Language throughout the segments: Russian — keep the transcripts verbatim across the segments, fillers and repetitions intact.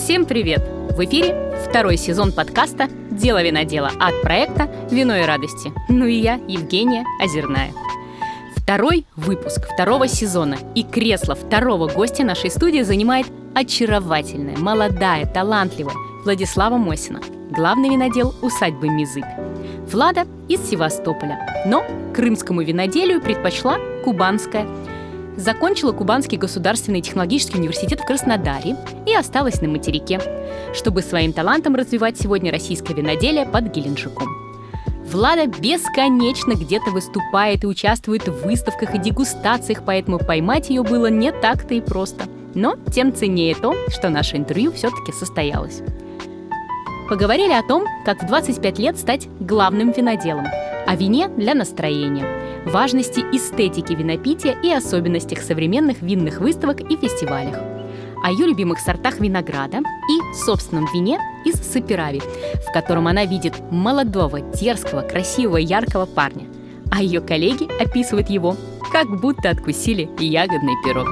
Всем привет! В эфире второй сезон подкаста «Дело винодела» от проекта «Вино и радости». Ну и я, Евгения Озерная. Второй выпуск второго сезона и кресло второго гостя нашей студии занимает очаровательная, молодая, талантливая Владислава Мосина, главный винодел усадьбы Мизыбь. Влада из Севастополя, но крымскому виноделию предпочла кубанское. Закончила Кубанский государственный технологический университет в Краснодаре и осталась на материке, чтобы своим талантом развивать сегодня российское виноделие под Геленджиком. Влада бесконечно где-то выступает и участвует в выставках и дегустациях, поэтому поймать ее было не так-то и просто. Но тем ценнее то, что наше интервью все-таки состоялось. Поговорили о том, как в двадцать пять лет стать главным виноделом, о вине для настроения, важности эстетики винопития и особенностях современных винных выставок и фестивалях, о ее любимых сортах винограда и собственном вине из Саперави, в котором она видит молодого, дерзкого, красивого, яркого парня, а ее коллеги описывают его, как будто откусили ягодный пирог.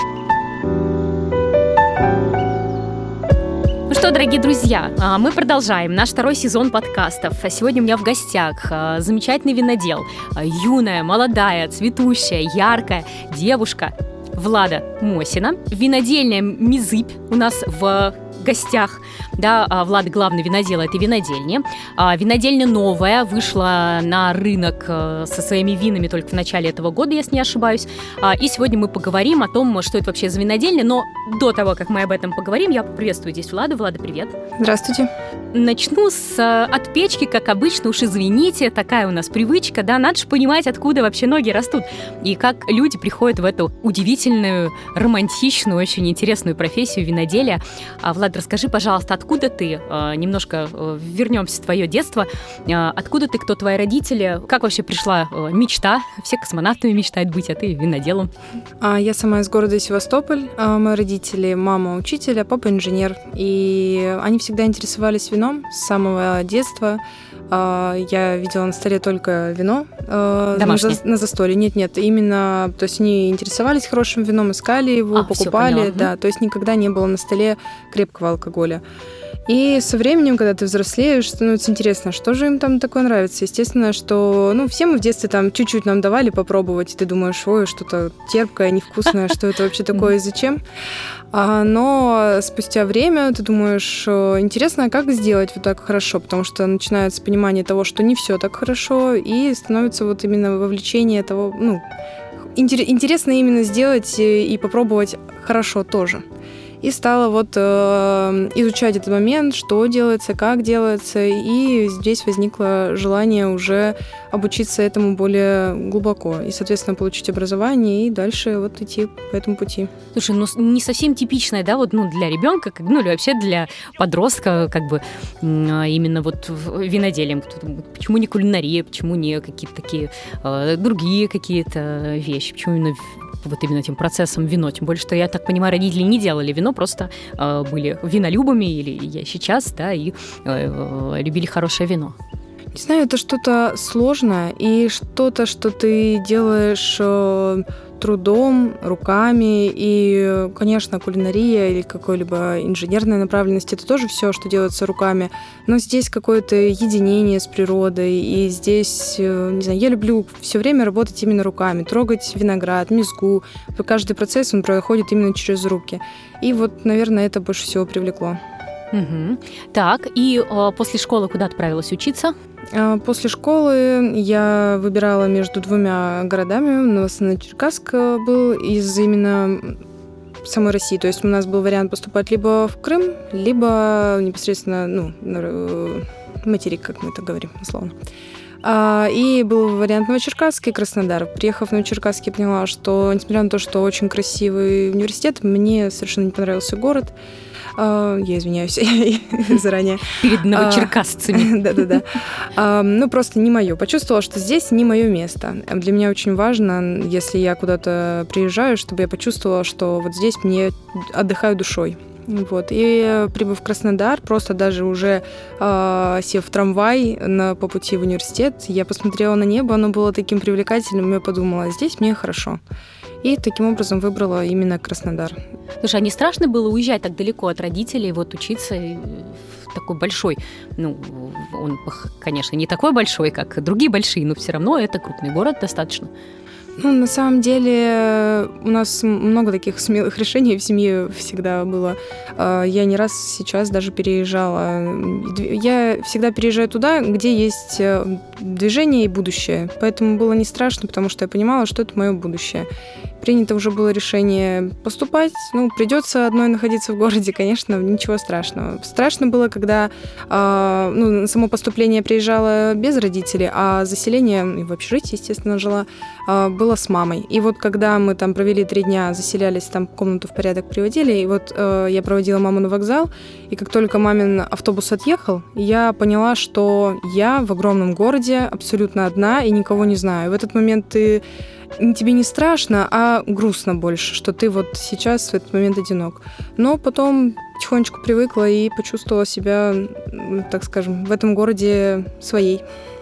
Ну что, дорогие друзья, мы продолжаем наш второй сезон подкастов. Сегодня у меня в гостях замечательный винодел, юная, молодая, цветущая, яркая девушка Влада Мосина. Винодельня Мизыбь у нас в гостях. Да, Влада главный винодел этой винодельни. Винодельня новая, вышла на рынок со своими винами только в начале этого года, если не ошибаюсь. И сегодня мы поговорим о том, что это вообще за винодельня. Но до того, как мы об этом поговорим, я поприветствую здесь Владу. Влада, привет. Здравствуйте. Начну с от печки, как обычно, уж извините, такая у нас привычка, да, надо же понимать, откуда вообще ноги растут, и как люди приходят в эту удивительную, романтичную, очень интересную профессию виноделия. А, Влад, расскажи, пожалуйста, откуда ты, немножко вернемся в твое детство, откуда ты, кто твои родители, как вообще пришла мечта, все космонавтами мечтают быть, а ты виноделом? Я сама из города Севастополь, мои родители, мама учитель, а папа инженер, и они всегда интересовались вином с самого детства. Я видела на столе только вино Домашнее. на, на застолье. Нет-нет, именно, то есть они интересовались хорошим вином, искали его, а, покупали, да, то есть никогда не было на столе крепкого алкоголя. И со временем, когда ты взрослеешь, становится интересно, что же им там такое нравится. Естественно, что, ну, все мы в детстве там чуть-чуть нам давали попробовать, и ты думаешь, ой, что-то терпкое, невкусное, что это вообще такое и зачем. Но спустя время ты думаешь, интересно, как сделать вот так хорошо, потому что начинается понимание того, что не все так хорошо, и становится вот именно вовлечение того, ну, интересно именно сделать и попробовать хорошо тоже. И стала вот э, изучать этот момент, что делается, как делается, и здесь возникло желание уже обучиться этому более глубоко и, соответственно, получить образование и дальше вот идти по этому пути. Слушай, ну не совсем типичное, да, вот, ну, для ребенка, ну, или вообще для подростка, как бы, именно вот виноделием. Почему не кулинария, почему не какие-то такие э, другие какие-то вещи, почему именно вот именно этим процессом вино, тем более, что, я так понимаю, родители не делали вино, просто э, были винолюбами, или я сейчас, да, и э, любили хорошее вино. Не знаю, это что-то сложное и что-то, что ты делаешь э, трудом, руками, и, конечно, кулинария или какой-либо инженерная направленность, это тоже все, что делается руками, но здесь какое-то единение с природой, и здесь, э, не знаю, я люблю все время работать именно руками, трогать виноград, мизгу, каждый процесс, он проходит именно через руки, и вот, наверное, это больше всего привлекло. Угу. Так, и э, после школы куда отправилась учиться? После школы я выбирала между двумя городами. Новосибирск был из именно самой России. То есть у нас был вариант поступать либо в Крым, либо непосредственно, ну, на материк, как мы это говорим, условно. И был вариант Новочеркасск и Краснодар. Приехав в Новочеркасск, я поняла, что, несмотря на то, что очень красивый университет, мне совершенно не понравился город. Я извиняюсь заранее. Перед новочеркассцами. Да-да-да. Ну, просто не мое. Почувствовала, что здесь не мое место. Для меня очень важно, если я куда-то приезжаю, чтобы я почувствовала, что вот здесь мне отдыхаю душой. Вот. И прибыв в Краснодар, просто даже уже э, сев в трамвай на, по пути в университет, я посмотрела на небо, оно было таким привлекательным, и я подумала, здесь мне хорошо. И таким образом выбрала именно Краснодар. Слушай, а не страшно было уезжать так далеко от родителей, вот учиться в такой большой, ну, он, конечно, не такой большой, как другие большие, но все равно это крупный город достаточно. Ну, на самом деле у нас много таких смелых решений в семье всегда было. Я не раз сейчас даже переезжала. Я всегда переезжаю туда, где есть движение и будущее. Поэтому было не страшно, потому что я понимала, что это мое будущее. Принято уже было решение поступать. Ну, придется одной находиться в городе, конечно, ничего страшного. Страшно было, когда э, ну, само поступление приезжала без родителей, а заселение, и в общежитии, естественно, жила, э, было с мамой. И вот когда мы там провели три дня, заселялись, там комнату в порядок приводили, и вот э, я проводила маму на вокзал, и как только мамин автобус отъехал, я поняла, что я в огромном городе абсолютно одна и никого не знаю. В этот момент ты... тебе не страшно, а грустно больше, что ты вот сейчас в этот момент одинок. Но потом потихонечку привыкла и почувствовала себя, так скажем, в этом городе своей.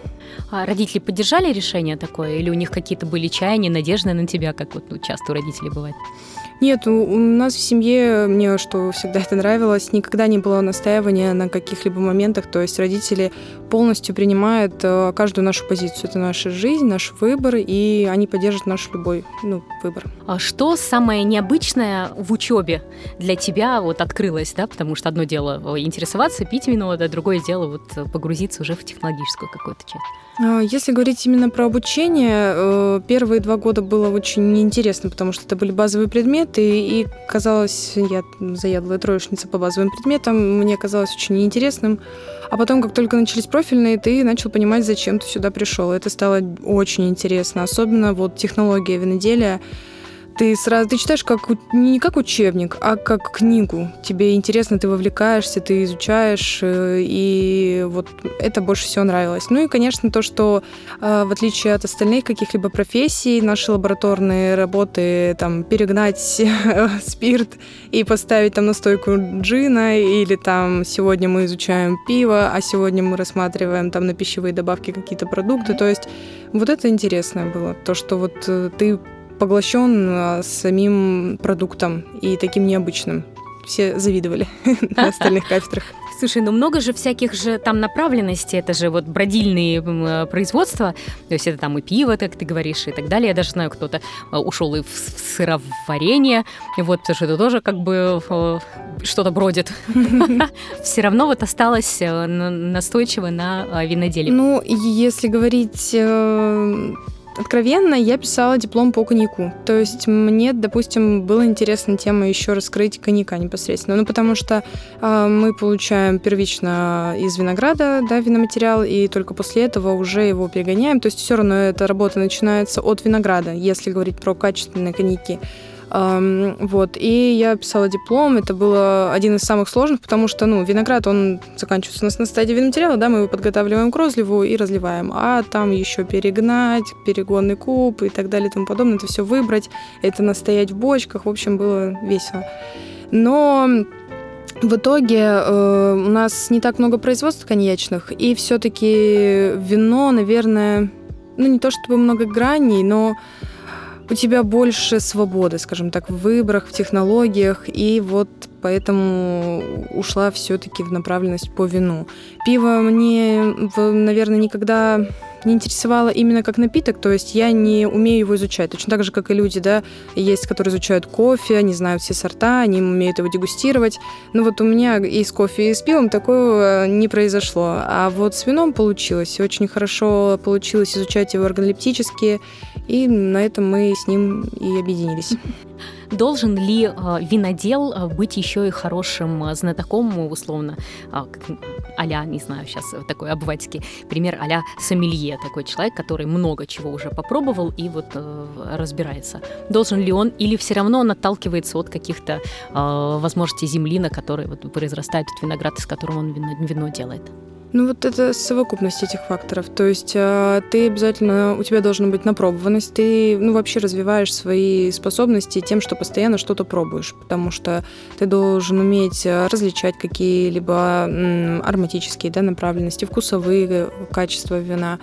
А родители поддержали решение такое? Или у них какие-то были чаяния, надежды на тебя, как вот ну, часто у родителей бывает? Нет, у, у нас в семье, мне что всегда это нравилось, никогда не было настаивания на каких-либо моментах, то есть родители полностью принимают э, каждую нашу позицию. Это наша жизнь, наш выбор, и они поддержат наш любой ну, выбор. А что самое необычное в учебе для тебя вот открылось, да? Потому что одно дело интересоваться, пить вино, да, другое дело вот погрузиться уже в технологическую какую-то часть. Если говорить именно про обучение, первые два года было очень неинтересно, потому что это были базовые предметы, и казалось, я заядлая троечница по базовым предметам, мне казалось очень неинтересным. А потом, как только начались профильные, ты начал понимать, зачем ты сюда пришел. Это стало очень интересно, особенно вот технология виноделия. Ты сразу ты читаешь как, не как учебник, а как книгу. Тебе интересно, ты вовлекаешься, ты изучаешь, и вот это больше всего нравилось. Ну и, конечно, то, что в отличие от остальных каких-либо профессий, наши лабораторные работы, там, перегнать спирт и поставить там настойку джина, или там сегодня мы изучаем пиво, а сегодня мы рассматриваем там на пищевые добавки какие-то продукты. То есть вот это интересное было, то, что вот ты поглощен самим продуктом и таким необычным. Все завидовали на остальных кафедрах. Слушай, ну много же всяких же там направленностей, это же вот бродильные производства, то есть это там и пиво, как ты говоришь, и так далее. Я даже знаю, кто-то ушел и в сыроварение, вот, потому что это тоже как бы что-то бродит. Все равно вот осталось настойчиво на виноделии. Ну, если говорить... Откровенно, я писала диплом по коньяку. То есть мне, допустим, было интересно тема еще раскрыть коньяка непосредственно. Ну, потому что э, мы получаем первично из винограда, да, виноматериал, и только после этого уже его перегоняем. То есть все равно эта работа начинается от винограда, если говорить про качественные коньяки. Um, вот, и я писала диплом, это было один из самых сложных, потому что, ну, виноград, он заканчивается у нас на стадии виноматериала, да, мы его подготавливаем к розливу и разливаем, а там еще перегнать, перегонный куб и так далее и тому подобное, это все выбрать, это настоять в бочках, в общем, было весело. Но в итоге э, у нас не так много производств коньячных, и все-таки вино, наверное, ну, не то чтобы много граней, но у тебя больше свободы, скажем так, в выборах, в технологиях, и вот поэтому ушла все-таки в направленность по вину. Пиво мне, наверное, никогда не интересовало именно как напиток, то есть я не умею его изучать. Точно так же, как и люди, да, есть, которые изучают кофе, они знают все сорта, они умеют его дегустировать. Но вот у меня и с кофе, и с пивом такого не произошло. А вот с вином получилось. И очень хорошо получилось изучать его органолептически, и на этом мы с ним и объединились. Должен ли э, винодел э, быть еще и хорошим э, знатоком, условно, э, а-ля, не знаю, сейчас такой обывательский пример, а-ля сомелье, такой человек, который много чего уже попробовал и вот э, разбирается. Должен ли он, или все равно он отталкивается от каких-то э, возможностей земли, на которой вот, произрастает этот виноград, из которого он вино, вино делает? Ну вот это совокупность этих факторов. То есть э, ты обязательно, у тебя должна быть напробованность, ты ну, вообще развиваешь свои способности тем, что постоянно что-то пробуешь, потому что ты должен уметь различать какие-либо м, ароматические, да, направленности, вкусовые качества вина.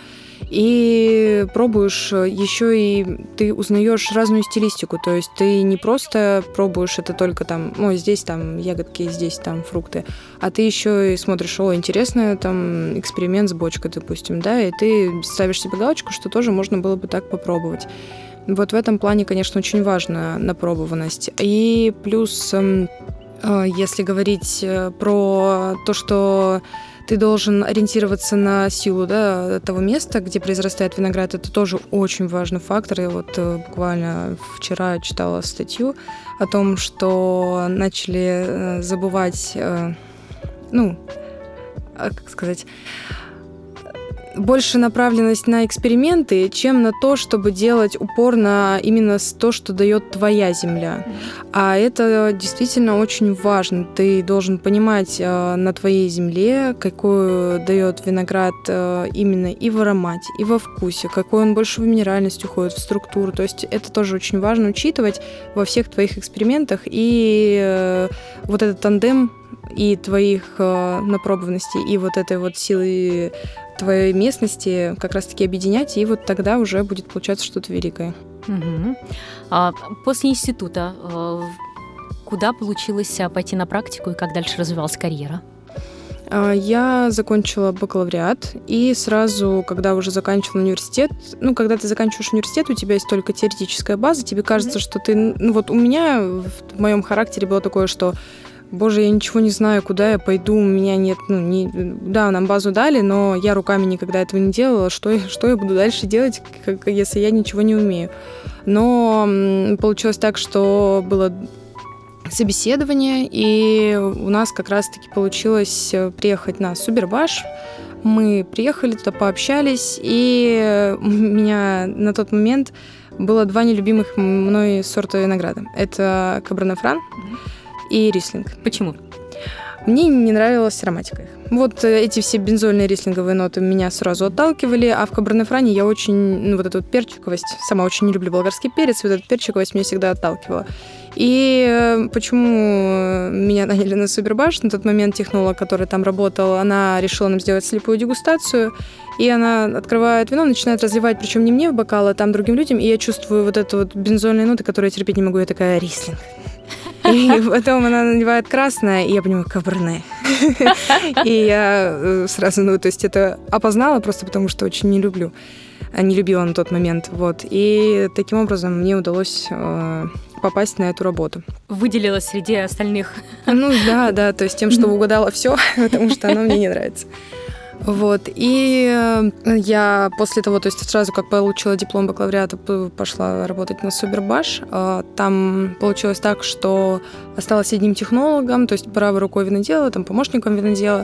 И пробуешь еще и ты узнаешь разную стилистику, то есть ты не просто пробуешь это только там, ой, здесь там ягодки, здесь там фрукты, а ты еще и смотришь, о, интересный там эксперимент с бочкой, допустим, да, и ты ставишь себе галочку, что тоже можно было бы так попробовать. Вот в этом плане, конечно, очень важна напробованность. И плюс, если говорить про то, что ты должен ориентироваться на силу, да, того места, где произрастает виноград. Это тоже очень важный фактор. Я вот буквально вчера читала статью о том, что начали забывать, ну, как сказать, больше направленность на эксперименты, чем на то, чтобы делать упор на именно то, что дает твоя земля. А это действительно очень важно. Ты должен понимать э, на твоей земле, какую дает виноград э, именно и в аромате, и во вкусе, какой он больше в минеральность уходит, в структуру. То есть это тоже очень важно учитывать во всех твоих экспериментах. И э, вот этот тандем и твоих э, напробованностей, и вот этой вот силы твоей местности как раз-таки объединять, и вот тогда уже будет получаться что-то великое. Угу. А после института куда получилось пойти на практику и как дальше развивалась карьера? Я закончила бакалавриат, и сразу, когда уже заканчивала университет, ну, когда ты заканчиваешь университет, у тебя есть только теоретическая база, тебе кажется, mm-hmm. что ты... Ну, вот у меня в моем характере было такое, что боже, я ничего не знаю, куда я пойду, у меня нет, ну, не, да, нам базу дали, но я руками никогда этого не делала, что, что я буду дальше делать, как, если я ничего не умею. Но получилось так, что было собеседование, и у нас как раз-таки получилось приехать на Субербаш. Мы приехали туда, пообщались, и у меня на тот момент было два нелюбимых мной сорта винограда. Это Каберне Фран и Рислинг. Почему? Мне не нравилась ароматика их. Вот эти все бензольные рислинговые ноты меня сразу отталкивали, а в Каберне Фране я очень, ну, вот эту вот перчиковость, сама очень не люблю болгарский перец, вот эта перчиковость меня всегда отталкивала. И почему меня наняли на Субербаш? На тот момент технолог, который там работал, она решила нам сделать слепую дегустацию, и она открывает вино, начинает разливать, причем не мне в бокал, а там другим людям, и я чувствую вот эту вот бензольные ноты, которые я терпеть не могу, я такая: рислинг. И потом она наливает красное, и я понимаю, Каберне. И я сразу, ну, то есть это опознала просто потому, что очень не люблю. Не любила на тот момент. Вот. И таким образом мне удалось э, попасть на эту работу. Выделилась среди остальных. Ну да, да, то есть тем, что угадала все, потому что оно мне не нравится. Вот, и я после того, то есть сразу как получила диплом бакалавриата, пошла работать на Субербаш. Там получилось так, что осталась одним технологом, то есть правой рукой винодела, там помощником винодела,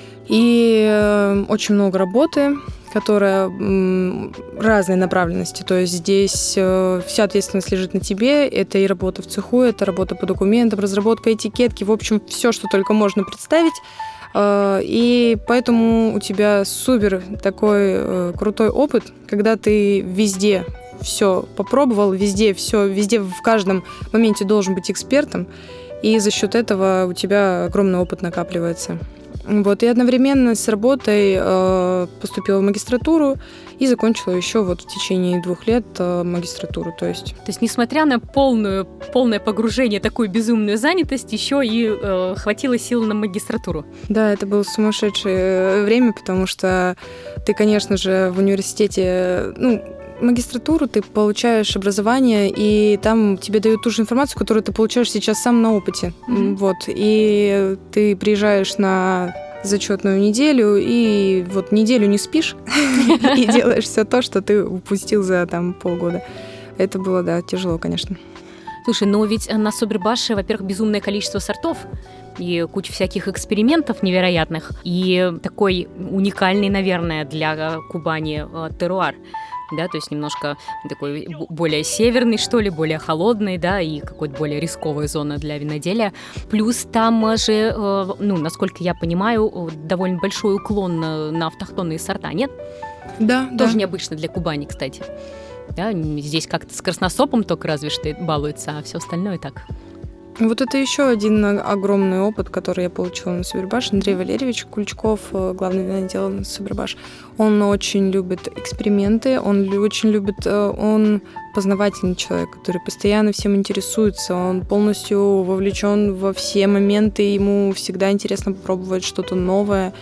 и очень много работы, которая разной направленности, то есть здесь вся ответственность лежит на тебе, это и работа в цеху, это работа по документам, разработка этикетки, в общем, все, что только можно представить. И поэтому у тебя супер такой крутой опыт, когда ты везде все попробовал, везде все, везде в каждом моменте должен быть экспертом, и за счет этого у тебя огромный опыт накапливается. Вот, и одновременно с работой э, поступила в магистратуру и закончила еще вот в течение двух лет э, магистратуру. То есть... то есть, несмотря на полную, полное погружение, такую безумную занятость, еще и э, хватило сил на магистратуру. Да, это было сумасшедшее время, потому что ты, конечно же, в университете... ну, магистратуру ты получаешь образование, и там тебе дают ту же информацию, которую ты получаешь сейчас сам на опыте. Mm-hmm. Вот. И ты приезжаешь на зачетную неделю, и вот неделю не спишь, и делаешь все то, что ты упустил за там полгода. Это было, да, тяжело, конечно. Слушай, но ведь на Субербаше, во-первых, безумное количество сортов, и куча всяких экспериментов невероятных, и такой уникальный, наверное, для Кубани теруар. Да, то есть немножко такой более северный, что ли, более холодный, да, и какой-то более рисковая зона для виноделия. Плюс там же, ну, насколько я понимаю, довольно большой уклон на, на автохтонные сорта, нет? Да, Тоже да. необычно для Кубани, кстати. Да, здесь как-то с красносопом только разве что балуется, а все остальное так. Вот это еще один огромный опыт, который я получила на Субербаш. Андрей Валерьевич Куличков, главный винодел на Субербаш, он очень любит эксперименты, он очень любит, он познавательный человек, который постоянно всем интересуется, он полностью вовлечен во все моменты, ему всегда интересно попробовать что-то новое.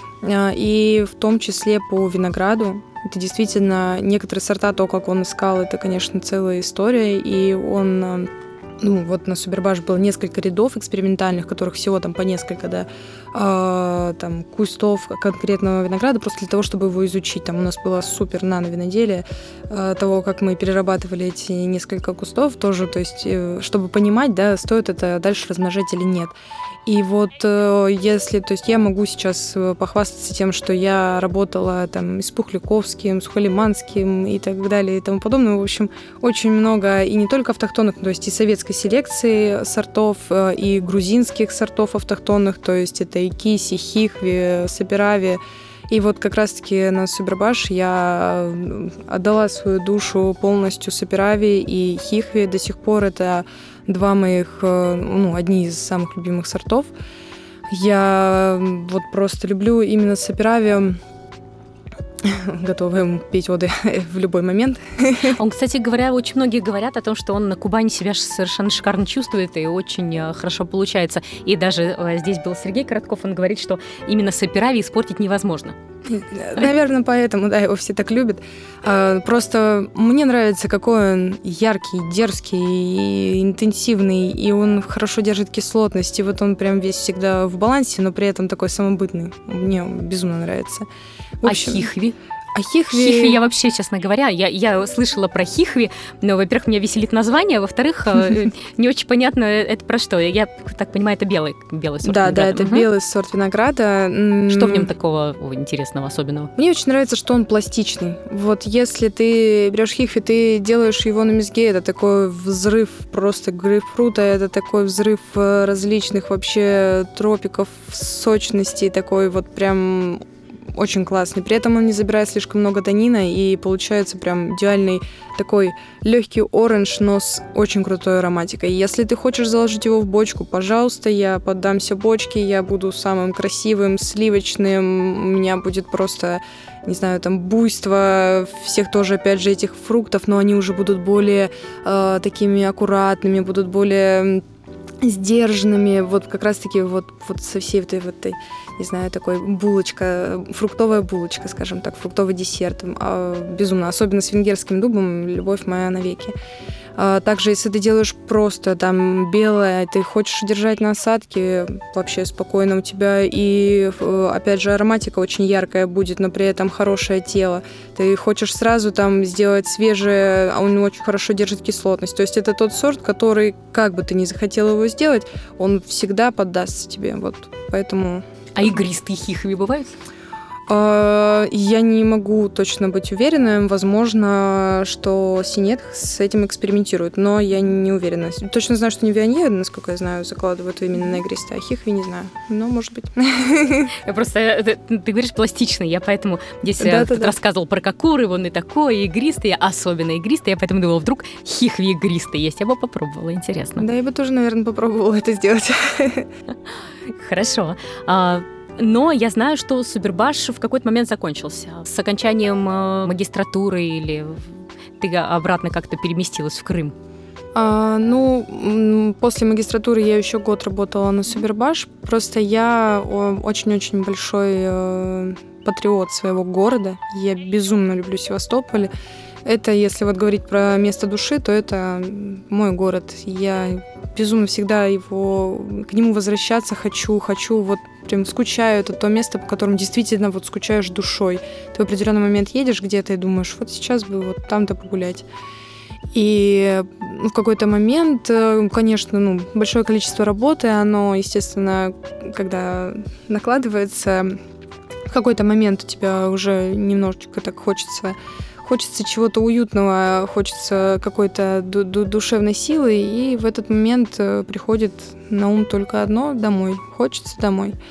И в том числе по винограду. Это действительно некоторые сорта, то, как он искал, это, конечно, целая история, и он... Ну, вот на Субербаш было несколько рядов экспериментальных, которых всего там по несколько, да, э, там, кустов конкретного винограда, просто для того, чтобы его изучить. Там у нас было супер нано-виноделие э, того, как мы перерабатывали эти несколько кустов тоже, то есть, э, чтобы понимать, да, стоит это дальше размножать или нет. И вот э, если, то есть я могу сейчас похвастаться тем, что я работала там и с Пухляковским, с Хулиманским и так далее и тому подобное. В общем, очень много и не только автохтонных, то есть и советской селекции сортов, э, и грузинских сортов автохтонных, то есть это и киси, хихви, саперави. И вот как раз-таки на Субербаш я отдала свою душу полностью саперави и хихви. До сих пор это два моих, ну, одни из самых любимых сортов. Я вот просто люблю именно саперави, готова ему петь оды в любой момент. Он, кстати говоря, очень многие говорят о том, что он на Кубани себя совершенно шикарно чувствует и очень хорошо получается. И даже здесь был Сергей Коротков, он говорит, что именно саперави испортить невозможно. Наверное, поэтому, да, его все так любят. Просто мне нравится, какой он яркий, дерзкий и интенсивный, и он хорошо держит кислотность, и вот он прям весь всегда в балансе, но при этом такой самобытный. Мне безумно нравится. В общем, а хихви? А хихви... Хихви я вообще, честно говоря, я, я слышала про хихви, но, во-первых, меня веселит название, а во-вторых, не очень понятно, это про что. Я так понимаю, это белый, белый сорт да, винограда. Да, это угу. белый сорт винограда. Что в нем такого интересного, особенного? Мне очень нравится, что он пластичный. Вот если ты берешь хихви, ты делаешь его на мезге, это такой взрыв просто грейпфрута, это такой взрыв различных вообще тропиков, сочностей, такой вот прям... очень классный. При этом он не забирает слишком много танина, и получается прям идеальный такой легкий оранж, но с очень крутой ароматикой. Если ты хочешь заложить его в бочку, пожалуйста, я поддамся бочке, я буду самым красивым, сливочным, у меня будет просто, не знаю, там буйство всех тоже, опять же, этих фруктов, но они уже будут более э, такими аккуратными, будут более сдержанными, вот как раз-таки вот, вот со всей этой, вот этой, не знаю, такой булочка, фруктовая булочка, скажем так, фруктовый десерт. Безумно, особенно с венгерским дубом, любовь моя навеки. Также, если ты делаешь просто там белое, ты хочешь держать на осадке, вообще спокойно у тебя, и, опять же, ароматика очень яркая будет, но при этом хорошее тело. Ты хочешь сразу там сделать свежее, а он очень хорошо держит кислотность. То есть это тот сорт, который, как бы ты ни захотел его сделать, он всегда поддастся тебе. Вот, поэтому... А игристые хихви бывают? Я не могу точно быть уверена. Возможно, что Синет с этим экспериментирует, но я не уверена. Точно знаю, что не Вионье, насколько я знаю, закладывают именно на игристые, а хихви не знаю. Но, может быть. Я просто, ты, ты говоришь пластичный, я поэтому здесь да, да, рассказывал да. про кокуры, вон и такое, и игристые, особенно игристые. Я поэтому думала, вдруг хихви игристые есть. Я бы попробовала, интересно. Да, я бы тоже, наверное, попробовала это сделать. Хорошо. Но я знаю, что Субербаш в какой-то момент закончился. С окончанием магистратуры или ты обратно как-то переместилась в Крым? А, ну, после магистратуры я еще год работала на Субербаш. Просто я очень-очень большой э, патриот своего города. Я безумно люблю Севастополь. Это, если вот говорить про место души, то это мой город. Я безумно всегда его, к нему возвращаться хочу, хочу, вот прям скучаю. Это то место, по которому действительно вот скучаешь душой. Ты в определенный момент едешь где-то и думаешь, вот сейчас бы вот там-то погулять. И в какой-то момент, конечно, ну, большое количество работы, оно, естественно, когда накладывается, в какой-то момент у тебя уже немножечко так хочется... Хочется чего-то уютного, хочется какой-то ду- ду- душевной силы, и в этот момент приходит на ум только одно – домой. Хочется домой.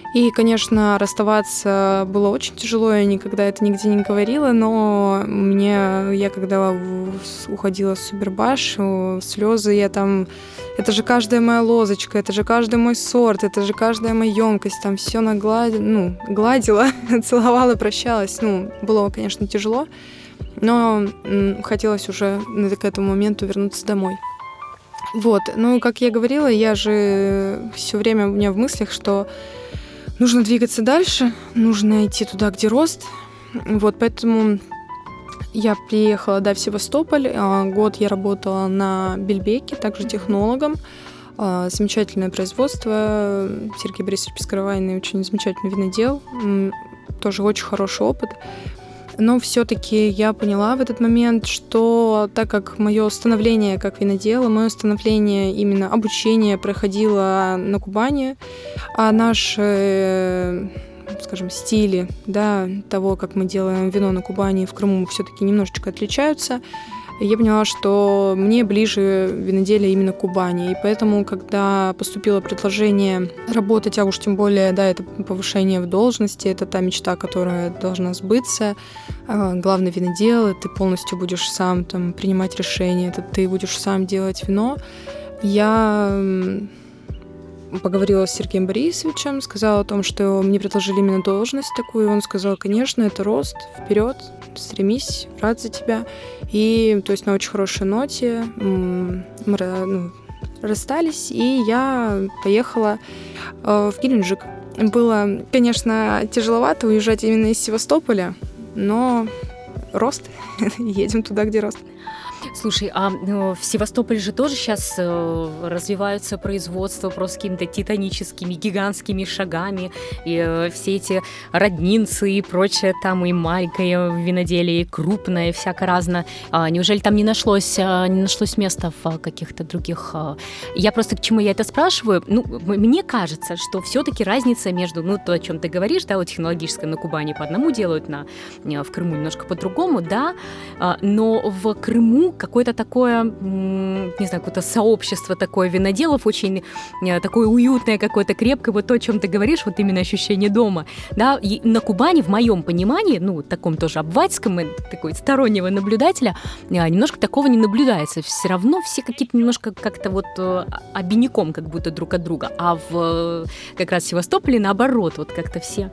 И, конечно, расставаться было очень тяжело, я никогда это нигде не говорила, но мне, я когда уходила с Субербаш, слезы, я там, это же каждая моя лозочка, это же каждый мой сорт, это же каждая моя емкость, там все нагладила, ну, гладила, целовала, прощалась. Ну, было, конечно, тяжело, но м, хотелось уже к этому моменту вернуться домой. Вот, ну, как я говорила, я же все время у меня в мыслях, что нужно двигаться дальше, нужно идти туда, где рост. Вот, поэтому я приехала, да, в Севастополь. Год я работала на Бельбеке, также технологом. Замечательное производство. Сергей Борисович Пискаровайный очень замечательный винодел. Тоже очень хороший опыт. Но все-таки я поняла в этот момент, что так как мое становление как винодела, мое становление, именно обучение проходило на Кубани, а наши, скажем, стили, да, того, как мы делаем вино на Кубани и в Крыму, все-таки немножечко отличаются, я поняла, что мне ближе виноделие именно Кубани. И поэтому, когда поступило предложение работать, а уж тем более, да, это повышение в должности, это та мечта, которая должна сбыться. Главный винодел, ты полностью будешь сам там принимать решения, это ты будешь сам делать вино. Я поговорила с Сергеем Борисовичем, сказала о том, что мне предложили именно должность такую, и он сказал, конечно, это рост, вперед, стремись, рад за тебя. И, то есть, на очень хорошей ноте мы ну, расстались, и я поехала э, в Геленджик. Было, конечно, тяжеловато уезжать именно из Севастополя, но рост, едем туда, где рост. Слушай, а ну, в Севастополе же тоже сейчас э, развиваются производства просто какими-то титаническими, гигантскими шагами, и э, все эти роднинцы и прочее, там и маленькое виноделие, и крупное, всяко разно. А, неужели там не нашлось, а, не нашлось места в а, каких-то других... А... Я просто к чему я это спрашиваю? Ну, мне кажется, что все-таки разница между, ну, то, о чем ты говоришь, да, вот технологическое на Кубани по одному делают, на, в Крыму немножко по-другому, да, а, но в Крыму какое-то такое, не знаю, какое-то сообщество такое виноделов, очень такое уютное, какое-то крепкое, вот то, о чем ты говоришь, вот именно ощущение дома, да, и на Кубани, в моем понимании, ну, таком тоже обывательском, такой стороннего наблюдателя, немножко такого не наблюдается, все равно все какие-то немножко как-то вот обиняком как будто друг от друга, а в как раз в Севастополе наоборот, вот как-то все...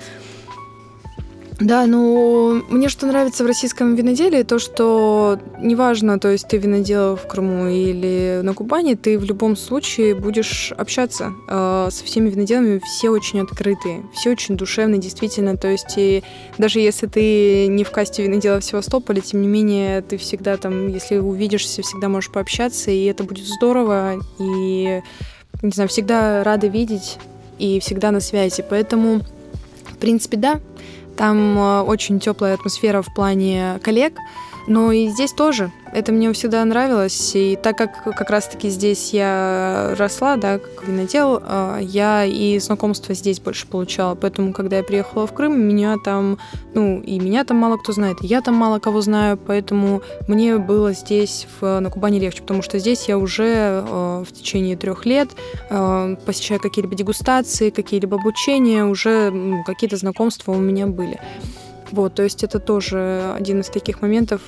Да, ну, мне что нравится в российском виноделии, то, что неважно, то есть ты винодел в Крыму или на Кубани, ты в любом случае будешь общаться э, со всеми виноделами, все очень открытые, все очень душевные, действительно, то есть и даже если ты не в касте винодела в Севастополе, тем не менее, ты всегда там, если увидишься, всегда можешь пообщаться, и это будет здорово, и, не знаю, всегда рады видеть, и всегда на связи, поэтому, в принципе, да, там очень теплая атмосфера в плане коллег, но и здесь тоже. Это мне всегда нравилось. И так как как раз-таки здесь я росла, да, как винодел, я и знакомства здесь больше получала. Поэтому, когда я приехала в Крым, меня там, ну, и меня там мало кто знает, и я там мало кого знаю, поэтому мне было здесь в, на Кубани легче, потому что здесь я уже в течение трех лет посещаю какие-либо дегустации, какие-либо обучения, уже какие-то знакомства у меня были. Вот, то есть это тоже один из таких моментов,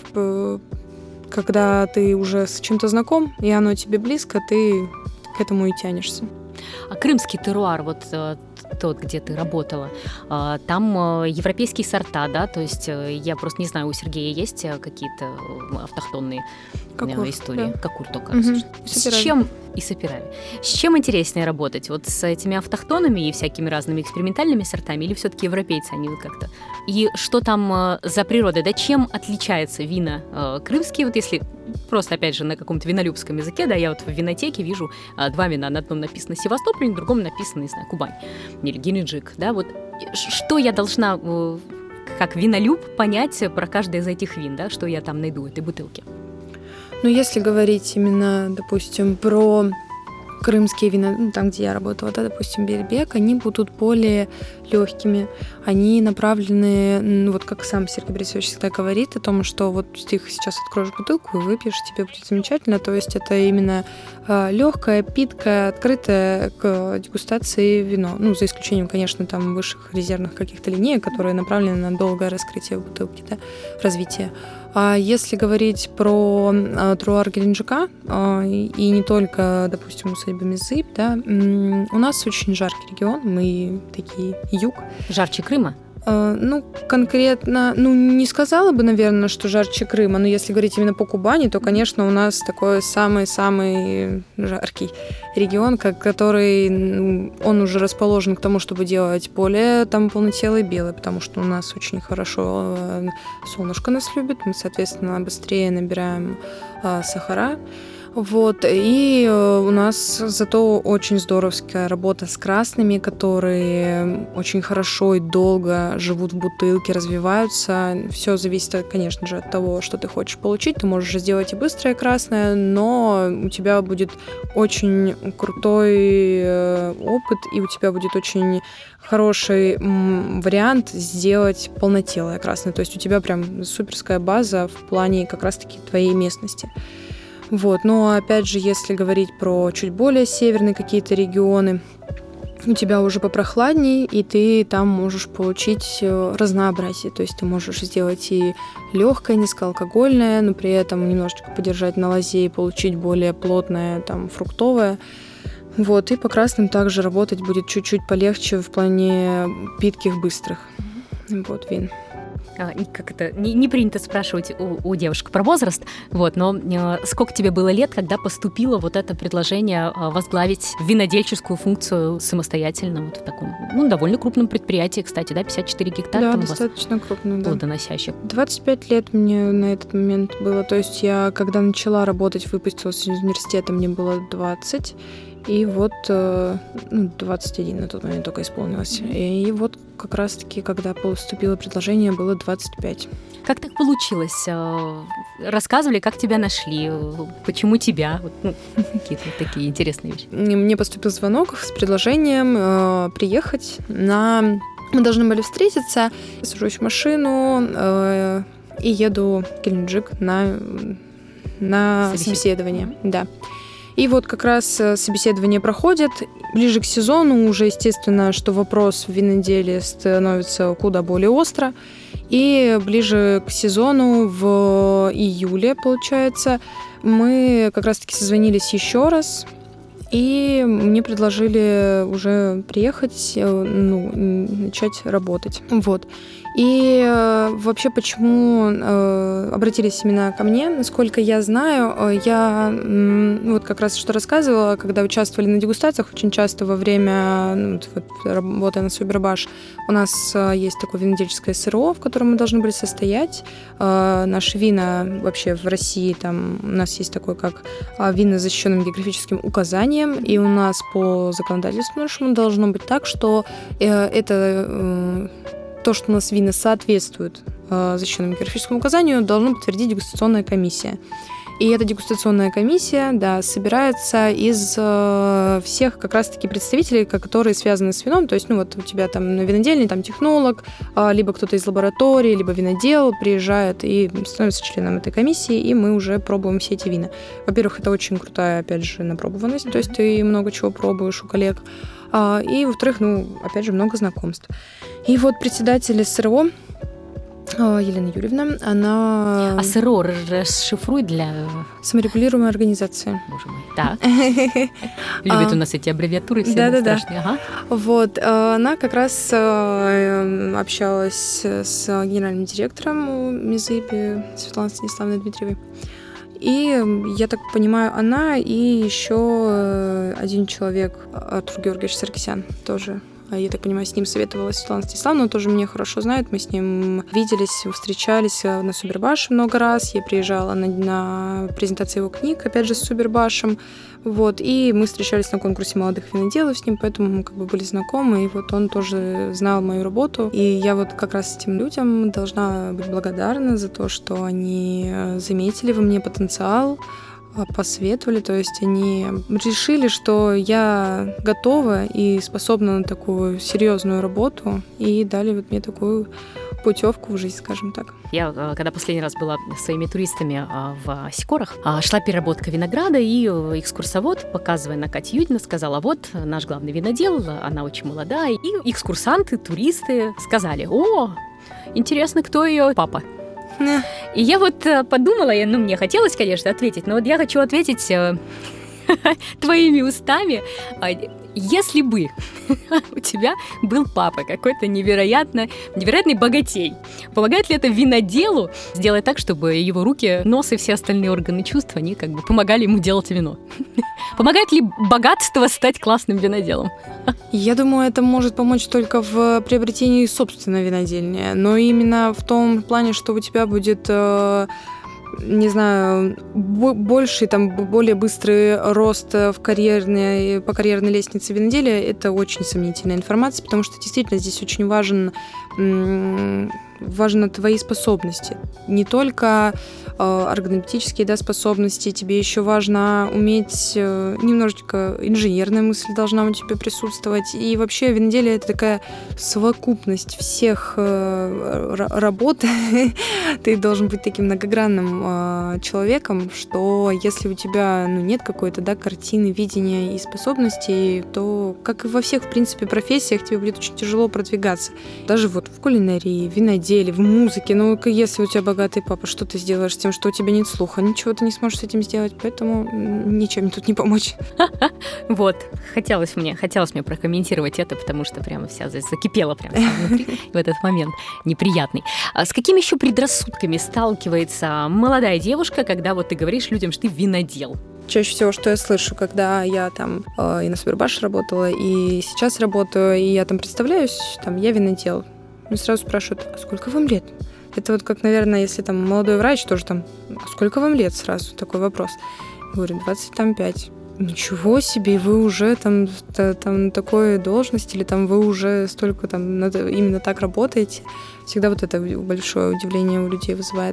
когда ты уже с чем-то знаком, и оно тебе близко, ты к этому и тянешься. А крымский теруар, вот тот, где ты работала, там европейские сорта, да? То есть я просто не знаю, у Сергея есть какие-то автохтонные Кокур, истории? Да. Кокур только. Угу. С чем и Саперави. С чем интереснее работать? Вот с этими автохтонами и всякими разными экспериментальными сортами, или все-таки европейцы, они вот как-то? И что там за природа? Да чем отличаются вина э, крымские? Вот если просто, опять же, на каком-то винолюбском языке, да, я вот в винотеке вижу э, два вина. На одном написано Севастополь, на другом написано, не знаю, Кубань или Геленджик, да, вот что я должна э, как винолюб понять про каждое из этих вин, да, что я там найду в этой бутылке? Ну, если говорить именно, допустим, про крымские вина, ну, там, где я работала, да, допустим, Бельбек, они будут более легкими. Они направлены, ну, вот как сам Сергей Борисович всегда говорит о том, что вот ты их сейчас откроешь бутылку и выпьешь, тебе будет замечательно. То есть это именно э, легкое, питкое, открытое к дегустации вино. Ну, за исключением, конечно, там высших резервных каких-то линеек, которые направлены на долгое раскрытие бутылки, да, развитие. А если говорить про э, теруар Геленджика, э, и не только, допустим, усадьба Мезыб, да, м, у нас очень жаркий регион, мы такие юг. Жарче Крыма? Э, ну, конкретно, ну, не сказала бы, наверное, что жарче Крыма, но если говорить именно по Кубани, то, конечно, у нас такой самый-самый жаркий регион, как, который, ну, он уже расположен к тому, чтобы делать более там полнотелый белый, потому что у нас очень хорошо э, солнышко нас любит, мы, соответственно, быстрее набираем э, сахара. Вот, и у нас зато очень здоровская работа с красными, которые очень хорошо и долго живут в бутылке, развиваются. Все зависит, конечно же, от того, что ты хочешь получить. Ты можешь сделать и быстрое красное, но у тебя будет очень крутой опыт, и у тебя будет очень хороший вариант сделать полнотелое красное. То есть у тебя прям суперская база в плане как раз-таки твоей местности. Вот. Но опять же, если говорить про чуть более северные какие-то регионы, у тебя уже попрохладней, и ты там можешь получить разнообразие. То есть ты можешь сделать и легкое, низкоалкогольное, но при этом немножечко подержать на лозе и получить более плотное, там, фруктовое. Вот. И по красным также работать будет чуть-чуть полегче в плане питких, быстрых. Вот, вин. Как это, не, не принято спрашивать у, у девушек про возраст, вот, но э, сколько тебе было лет, когда поступило вот это предложение э, возглавить винодельческую функцию самостоятельно вот в таком, ну, довольно крупном предприятии, кстати, да, пятьдесят четыре гектара? Да, там достаточно крупно, да. Плодоносящих. двадцать пять лет мне на этот момент было, то есть я, когда начала работать, выпустилась из университета, мне было двадцать, и вот ну, двадцать один на тот момент только исполнилось. И вот как раз-таки, когда поступило предложение, было двадцать пять. Как так получилось? Рассказывали, как тебя нашли, почему тебя? Ну, какие-то такие интересные вещи. Мне поступил звонок с предложением э, приехать на... Мы должны были встретиться. Я сажусь в машину э, и еду в Геленджик на, на собеседование. Да. И вот как раз собеседование проходит. Ближе к сезону уже, естественно, что вопрос в виноделии становится куда более остро. И ближе к сезону, в июле, получается, мы как раз-таки созвонились еще раз. И мне предложили уже приехать, ну, начать работать. Вот. И э, вообще, почему э, обратились именно ко мне, насколько я знаю, я э, вот как раз что рассказывала, когда участвовали на дегустациях, очень часто во время ну, вот, работы на Субербаш у нас э, есть такое винодельческое СРО, в котором мы должны были состоять. Э, наши вина вообще в России, там у нас есть такое, как вина с защищенным географическим указанием, и у нас по законодательству нашему должно быть так, что э, это... Э, то, что у нас вина соответствует э, защищенному географическому указанию, должно подтвердить дегустационная комиссия. И эта дегустационная комиссия, да, собирается из э, всех как раз-таки представителей, которые связаны с вином. То есть, ну вот у тебя там на винодельне там технолог, э, либо кто-то из лаборатории, либо винодел приезжает и становится членом этой комиссии, и мы уже пробуем все эти вина. Во-первых, это очень крутая, опять же, напробованность, то есть ты много чего пробуешь у коллег. А, и, во-вторых, ну, опять же, много знакомств. И вот председатель СРО Елена Юрьевна, она... А СРО расшифруй для... Саморегулируемая организация. Боже мой. Так. Любят у нас эти аббревиатуры все страшные. Вот. Она как раз общалась с генеральным директором Мезыби Светланой Станиславовной Дмитриевой. И, я так понимаю, она и еще один человек, Артур Георгиевич Саркисян, тоже. Я так понимаю, с ним советовалась Светлана Станиславовна, он тоже меня хорошо знает, мы с ним виделись, встречались на Субербаше много раз, я приезжала на, на презентацию его книг, опять же, с Субербашем, вот, и мы встречались на конкурсе молодых виноделов с ним, поэтому мы как бы были знакомы, и вот он тоже знал мою работу, и я вот как раз этим людям должна быть благодарна за то, что они заметили во мне потенциал, посоветовали, то есть они решили, что я готова и способна на такую серьезную работу, и дали вот мне такую путевку в жизнь, скажем так. Я, когда последний раз была с своими туристами в Сикорах, шла переработка винограда, и экскурсовод, показывая на Катю Юдина, сказала: вот наш главный винодел, она очень молодая. И экскурсанты, туристы сказали: о, интересно, кто ее папа. И я вот подумала, ну, мне хотелось, конечно, ответить, но вот я хочу ответить твоими устами. Если бы у тебя был папа какой-то невероятно, невероятный богатей, помогает ли это виноделу сделать так, чтобы его руки, нос и все остальные органы чувств, они как бы помогали ему делать вино? Помогает ли богатство стать классным виноделом? Я думаю, это может помочь только в приобретении собственной винодельни, но именно в том плане, что у тебя будет... не знаю, больший, там, более быстрый рост в карьерной, по карьерной лестнице виноделия, это очень сомнительная информация, потому что действительно здесь очень важен, важны твои способности. Не только э, органолептические, да, способности, тебе еще важно уметь э, немножечко инженерная мысль должна у тебя присутствовать. И вообще виноделие — это такая совокупность всех э, работ. Ты должен быть таким многогранным э, человеком, что если у тебя ну, нет какой-то да, картины, видения и способностей, то, как и во всех, в принципе, профессиях, тебе будет очень тяжело продвигаться. Даже вот в кулинарии, в виноделии, в музыке. Ну, если у тебя богатый папа, что ты сделаешь с тем, что у тебя нет слуха? Ничего ты не сможешь с этим сделать, поэтому ничем мне тут не помочь. Вот, хотелось мне, хотелось мне прокомментировать это, потому что прямо вся закипела прямо внутри в этот момент неприятный. А с какими еще предрассудками сталкивается молодая девушка, когда вот ты говоришь людям, что ты винодел? Чаще всего, что я слышу, когда я там э, и на Супербаше работала, и сейчас работаю, и я там представляюсь, там, я винодел. Мне сразу спрашивают: а сколько вам лет? Это вот как, наверное, если там молодой врач, тоже там: а сколько вам лет? Сразу такой вопрос. Я говорю: двадцать пять. Ничего себе, вы уже там, там на такой должности, или там вы уже столько там именно так работаете. Всегда вот это большое удивление у людей вызывает.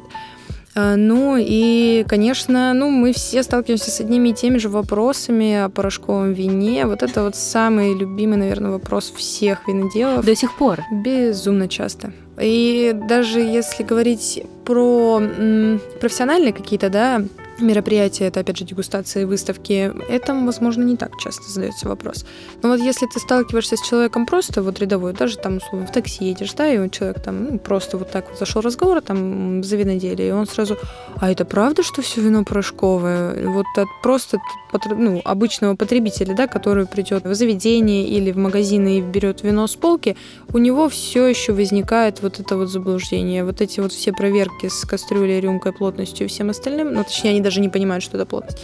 Ну и, конечно, ну, мы все сталкиваемся с одними и теми же вопросами о порошковом вине. Вот это вот самый любимый, наверное, вопрос всех виноделов. До сих пор? Безумно часто. И даже если говорить про м, профессиональные какие-то, да, мероприятия, это, опять же, дегустации, выставки, это, возможно, не так часто задается вопрос. Но вот если ты сталкиваешься с человеком просто вот рядовой, даже там, условно, в такси едешь, да, и вот человек там ну, просто вот так вот зашел разговор там за виноделие, и он сразу: а это правда, что все вино порошковое? Вот от просто ну, обычного потребителя, да, который придет в заведение или в магазин и берет вино с полки, у него все еще возникает вот это вот заблуждение, вот эти вот все проверки с кастрюлей, рюмкой, плотностью и всем остальным, ну, точнее, они даже не понимают, что это плотность,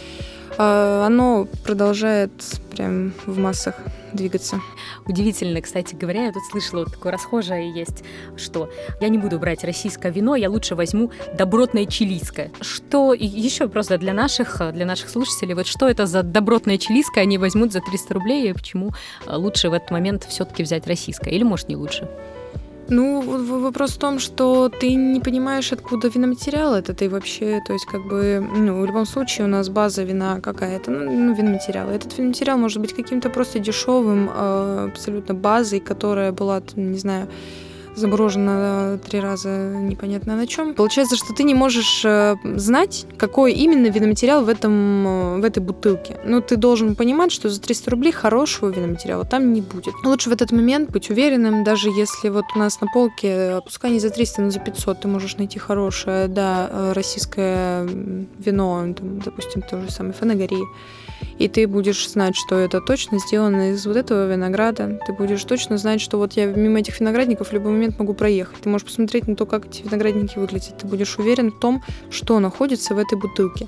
оно продолжает прям в массах двигаться. Удивительно, кстати говоря, я тут слышала, вот такое расхожее есть, что я не буду брать российское вино, я лучше возьму добротное чилийское. Что еще просто для наших, для наших слушателей, вот что это за добротное чилийское они возьмут за триста рублей, и почему лучше в этот момент все-таки взять российское? Или, может, не лучше? Ну, вопрос в том, что ты не понимаешь, откуда виноматериал этот, и вообще, то есть, как бы, ну, в любом случае у нас база вина какая-то, ну, виноматериал. Этот виноматериал может быть каким-то просто дешевым, абсолютно базой, которая была, не знаю, заморожена три раза непонятно на чем. Получается, что ты не можешь знать, какой именно виноматериал в, этом, в этой бутылке. Но ты должен понимать, что за триста рублей хорошего виноматериала там не будет. Лучше в этот момент быть уверенным, даже если вот у нас на полке, пускай не за триста, но за пятьсот, ты можешь найти хорошее, да, российское вино, там, допустим, то же самое Фанагория. И ты будешь знать, что это точно сделано из вот этого винограда. Ты будешь точно знать, что вот я мимо этих виноградников в любой момент могу проехать. Ты можешь посмотреть на то, как эти виноградники выглядят. Ты будешь уверен в том, что находится в этой бутылке.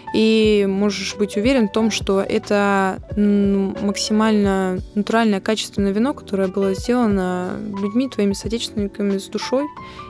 И можешь быть уверен в том, что это максимально натуральное, качественное вино, которое было сделано людьми, твоими соотечественниками с душой.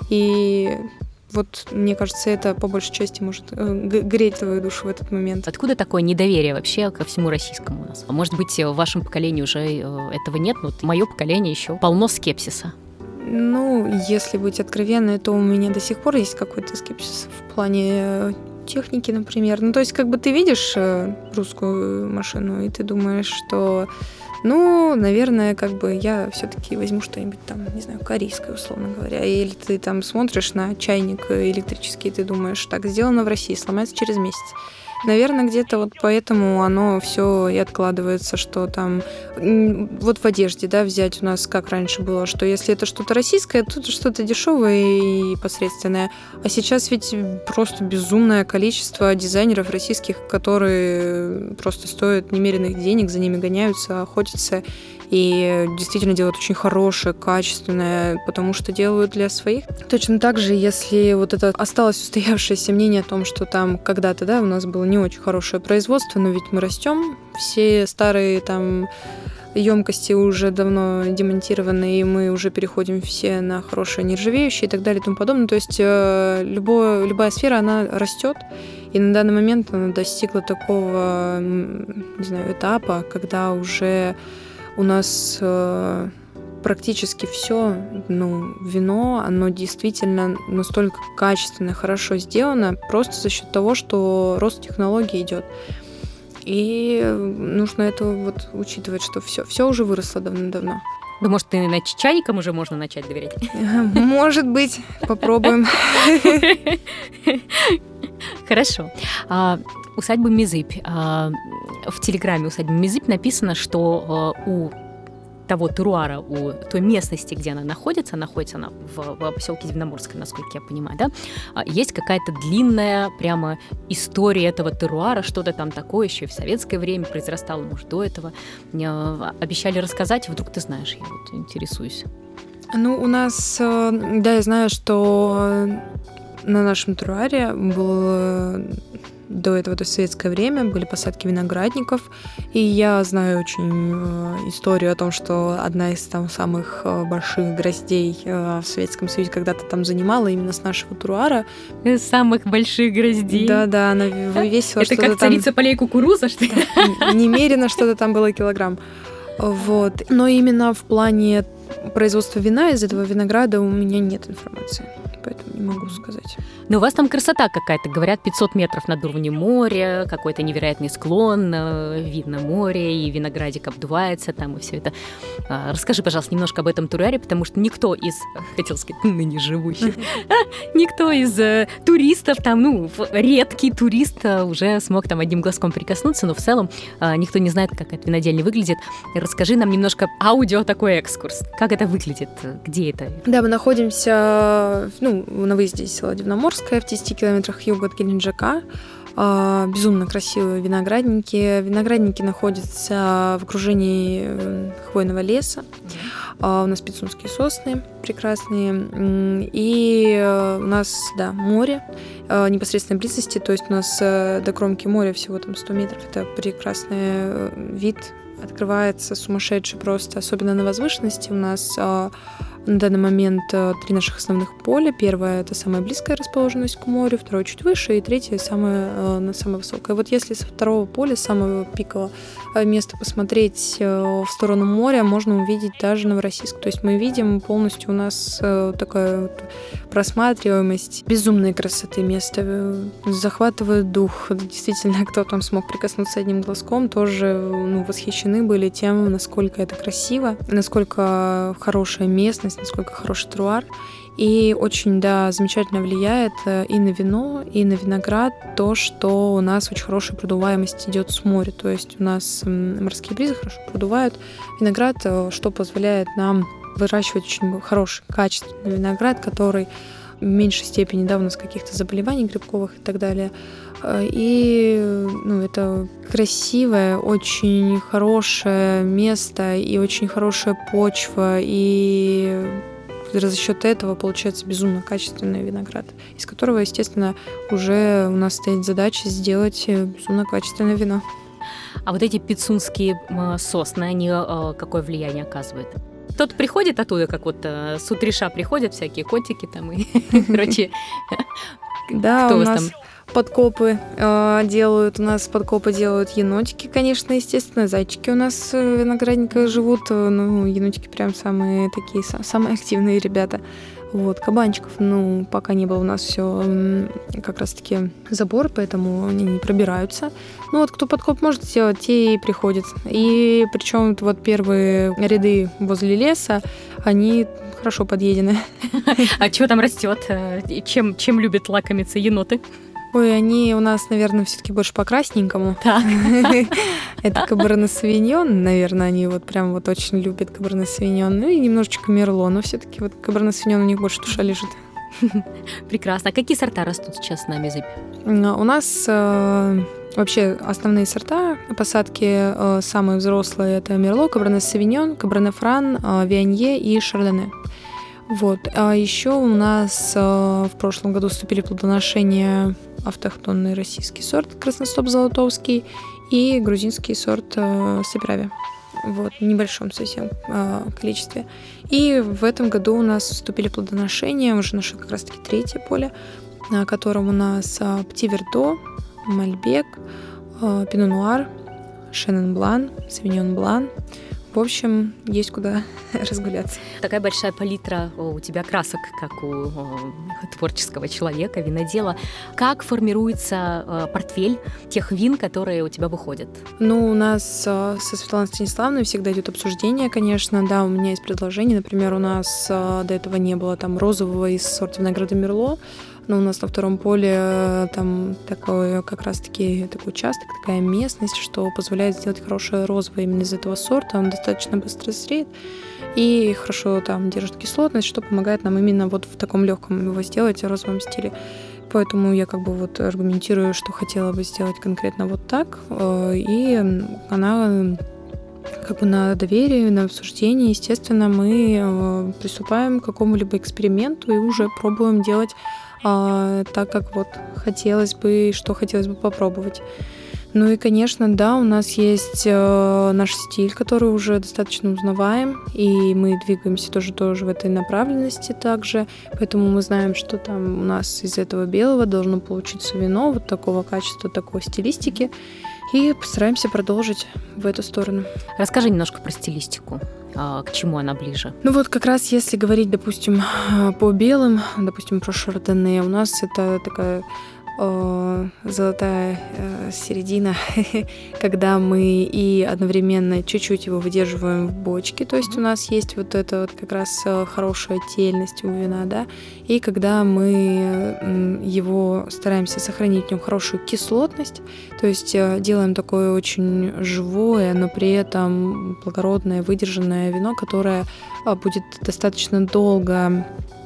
И вот, мне кажется, это по большей части может э, греть твою душу в этот момент. Откуда такое недоверие вообще ко всему российскому у нас? Может быть, в вашем поколении уже этого нет, но мое поколение еще полно скепсиса. Ну, если быть откровенной, то у меня до сих пор есть какой-то скепсис в плане техники, например. Ну, то есть, как бы ты видишь русскую машину, и ты думаешь, что, ну, наверное, как бы я все-таки возьму что-нибудь там, не знаю, корейское, условно говоря. Или ты там смотришь на чайник электрический, и ты думаешь, так, сделано в России, сломается через месяц. Наверное, где-то вот поэтому оно все и откладывается, что там вот в одежде, да, взять у нас как раньше было, что если это что-то российское, то это что-то дешевое и посредственное. А сейчас ведь просто безумное количество дизайнеров российских, которые просто стоят немеренных денег, за ними гоняются, охотятся и действительно делают очень хорошее, качественное, потому что делают для своих. Точно так же, если вот это осталось устоявшееся мнение о том, что там когда-то, да, у нас было не очень хорошее производство, но ведь мы растем, все старые там емкости уже давно демонтированы, и мы уже переходим все на хорошее, нержавеющее и так далее и тому подобное. То есть любое, любая сфера, она растет, и на данный момент она достигла такого, не знаю, этапа, когда уже у нас э, практически все, ну, вино, оно действительно настолько качественно, хорошо сделано, просто за счет того, что рост технологий идет. И нужно это вот учитывать, что все, все уже выросло давно-давно. Да, может, и на чайникам уже можно начать доверять? Может быть, попробуем. Хорошо. Усадьба Мезыбь. В телеграме усадьбы Мезыбь написано, что у того теруара, у той местности, где она находится, находится она в, в поселке Дивноморское, насколько я понимаю, да, есть какая-то длинная прямо история этого теруара, что-то там такое еще и в советское время произрастало, может, до этого. Обещали рассказать, вдруг ты знаешь, я вот интересуюсь. Ну, у нас, да, я знаю, что на нашем теруаре был до этого, то есть в советское время, были посадки виноградников, и я знаю очень э, историю о том, что одна из там самых э, больших гроздей э, в Советском Союзе когда-то там занимала именно с нашего теруара. Самых больших гроздей? Да-да, она вывесила Это что-то там... Это как царица полей кукуруза, что ли? Немерено что-то там было килограмм. Вот. Но именно в плане производства вина из этого винограда у меня нет информации, поэтому не могу сказать. Но у вас там красота какая-то, говорят, пятьсот метров над уровнем моря, какой-то невероятный склон, видно море, и виноградик обдувается там, и все это. Расскажи, пожалуйста, немножко об этом теруаре, потому что никто из, хотел сказать, ныне живущих, никто из туристов там, ну, редкий турист уже смог там одним глазком прикоснуться, но в целом никто не знает, как эта винодельня выглядит. Расскажи нам немножко аудио такой экскурс. Как это выглядит? Где это? Да, мы находимся, ну, на выезде из села Дивноморское, в десяти километрах юга от Геленджика. Безумно красивые виноградники. Виноградники находятся в окружении хвойного леса. У нас пицунские сосны прекрасные. И у нас, да, море непосредственной близости. То есть у нас до кромки моря всего там сто метров. Это прекрасный вид. Открывается сумасшедший просто, особенно на возвышенности. У нас а, на данный момент а, три наших основных поля. Первое — это самая близкая расположенность к морю, второе — чуть выше, и третье — самое, а, самое высокое. Вот если со второго поля, самого пикового места посмотреть а, в сторону моря, можно увидеть даже Новороссийск. То есть мы видим полностью у нас а, такая вот просматриваемость безумной красоты места. Захватывает дух. Действительно, кто там смог прикоснуться одним глазком, тоже, ну, восхищен были тем, насколько это красиво, насколько хорошая местность, насколько хороший теруар. И очень, да, замечательно влияет и на вино, и на виноград то, что у нас очень хорошая продуваемость идет с моря. То есть у нас морские бризы хорошо продувают виноград, что позволяет нам выращивать очень хороший, качественный виноград, который в меньшей степени, да, у нас каких-то заболеваний грибковых и так далее. И, ну, это красивое, очень хорошее место и очень хорошая почва, и за счет этого получается безумно качественный виноград, из которого, естественно, уже у нас стоит задача сделать безумно качественное вино. А вот эти пицунские сосны, они какое влияние оказывают? Кто-то приходит оттуда, как вот с утреша приходят всякие котики там и, короче, да, у нас подкопы э, делают, у нас подкопы делают енотики, конечно, естественно, зайчики у нас в виноградниках живут, ну, енотики прям самые такие, самые активные ребята. Вот, кабанчиков, ну, пока не было у нас все как раз-таки забор, поэтому они не пробираются. Ну, вот кто подкоп может сделать, те и приходят. И причем вот первые ряды возле леса, они хорошо подъедены. А что там растет? Чем, чем любят лакомиться еноты? Ой, они у нас, наверное, все-таки больше по красненькому. Так. Это каберне савиньон, наверное, они вот прям вот очень любят каберне савиньон. Ну и немножечко мерло, но все-таки вот каберне савиньон у них больше душа лежит. Прекрасно. А какие сорта растут сейчас на Мезыбе? У нас э, вообще основные сорта посадки э, самые взрослые — это мерло, каберне савиньон, каберне фран, э, вианье и шардоне. Вот. А еще у нас э, в прошлом году вступили в плодоношение автохтонный российский сорт красностоп золотовский и грузинский сорт э, саперави. Вот, в небольшом совсем э, количестве. И в этом году у нас вступили в плодоношение уже наше как раз-таки третье поле, на котором у нас э, Пти Вердо, Мальбек, э, Пино Нуар, Шеннон Блан, Савиньон Блан. В общем, есть куда разгуляться. Такая большая палитра у тебя красок, как у творческого человека, винодела. Как формируется портфель тех вин, которые у тебя выходят? Ну, у нас со Светланой Станиславовной всегда идет обсуждение, конечно. Да, у меня есть предложение. Например, у нас до этого не было там розового из сорта винограда Мерло. Но у нас на втором поле там такой как раз-таки такой участок, такая местность, что позволяет сделать хорошее розовое именно из этого сорта. Он достаточно быстро зреет и хорошо там держит кислотность, что помогает нам именно вот в таком легком его сделать в розовом стиле. Поэтому я как бы вот аргументирую, что хотела бы сделать конкретно вот так. И она как бы на доверии, на обсуждении, естественно, мы приступаем к какому-либо эксперименту и уже пробуем делать А, так, как вот хотелось бы, что хотелось бы попробовать. Ну и, конечно, да, у нас есть э, наш стиль, который уже достаточно узнаваем, и мы двигаемся тоже, тоже в этой направленности также, поэтому мы знаем, что там у нас из этого белого должно получиться вино вот такого качества, такой стилистики, и постараемся продолжить в эту сторону. Расскажи немножко про стилистику. К чему она ближе? Ну вот как раз если говорить, допустим, по белым, допустим, про шардоне, у нас это такая э, золотая э, середина, когда мы и одновременно чуть-чуть его выдерживаем в бочке, то есть у нас есть вот эта вот как раз хорошая тельность у вина, да, и когда мы его стараемся сохранить в нем хорошую кислотность, то есть делаем такое очень живое, но при этом благородное, выдержанное вино, которое будет достаточно долго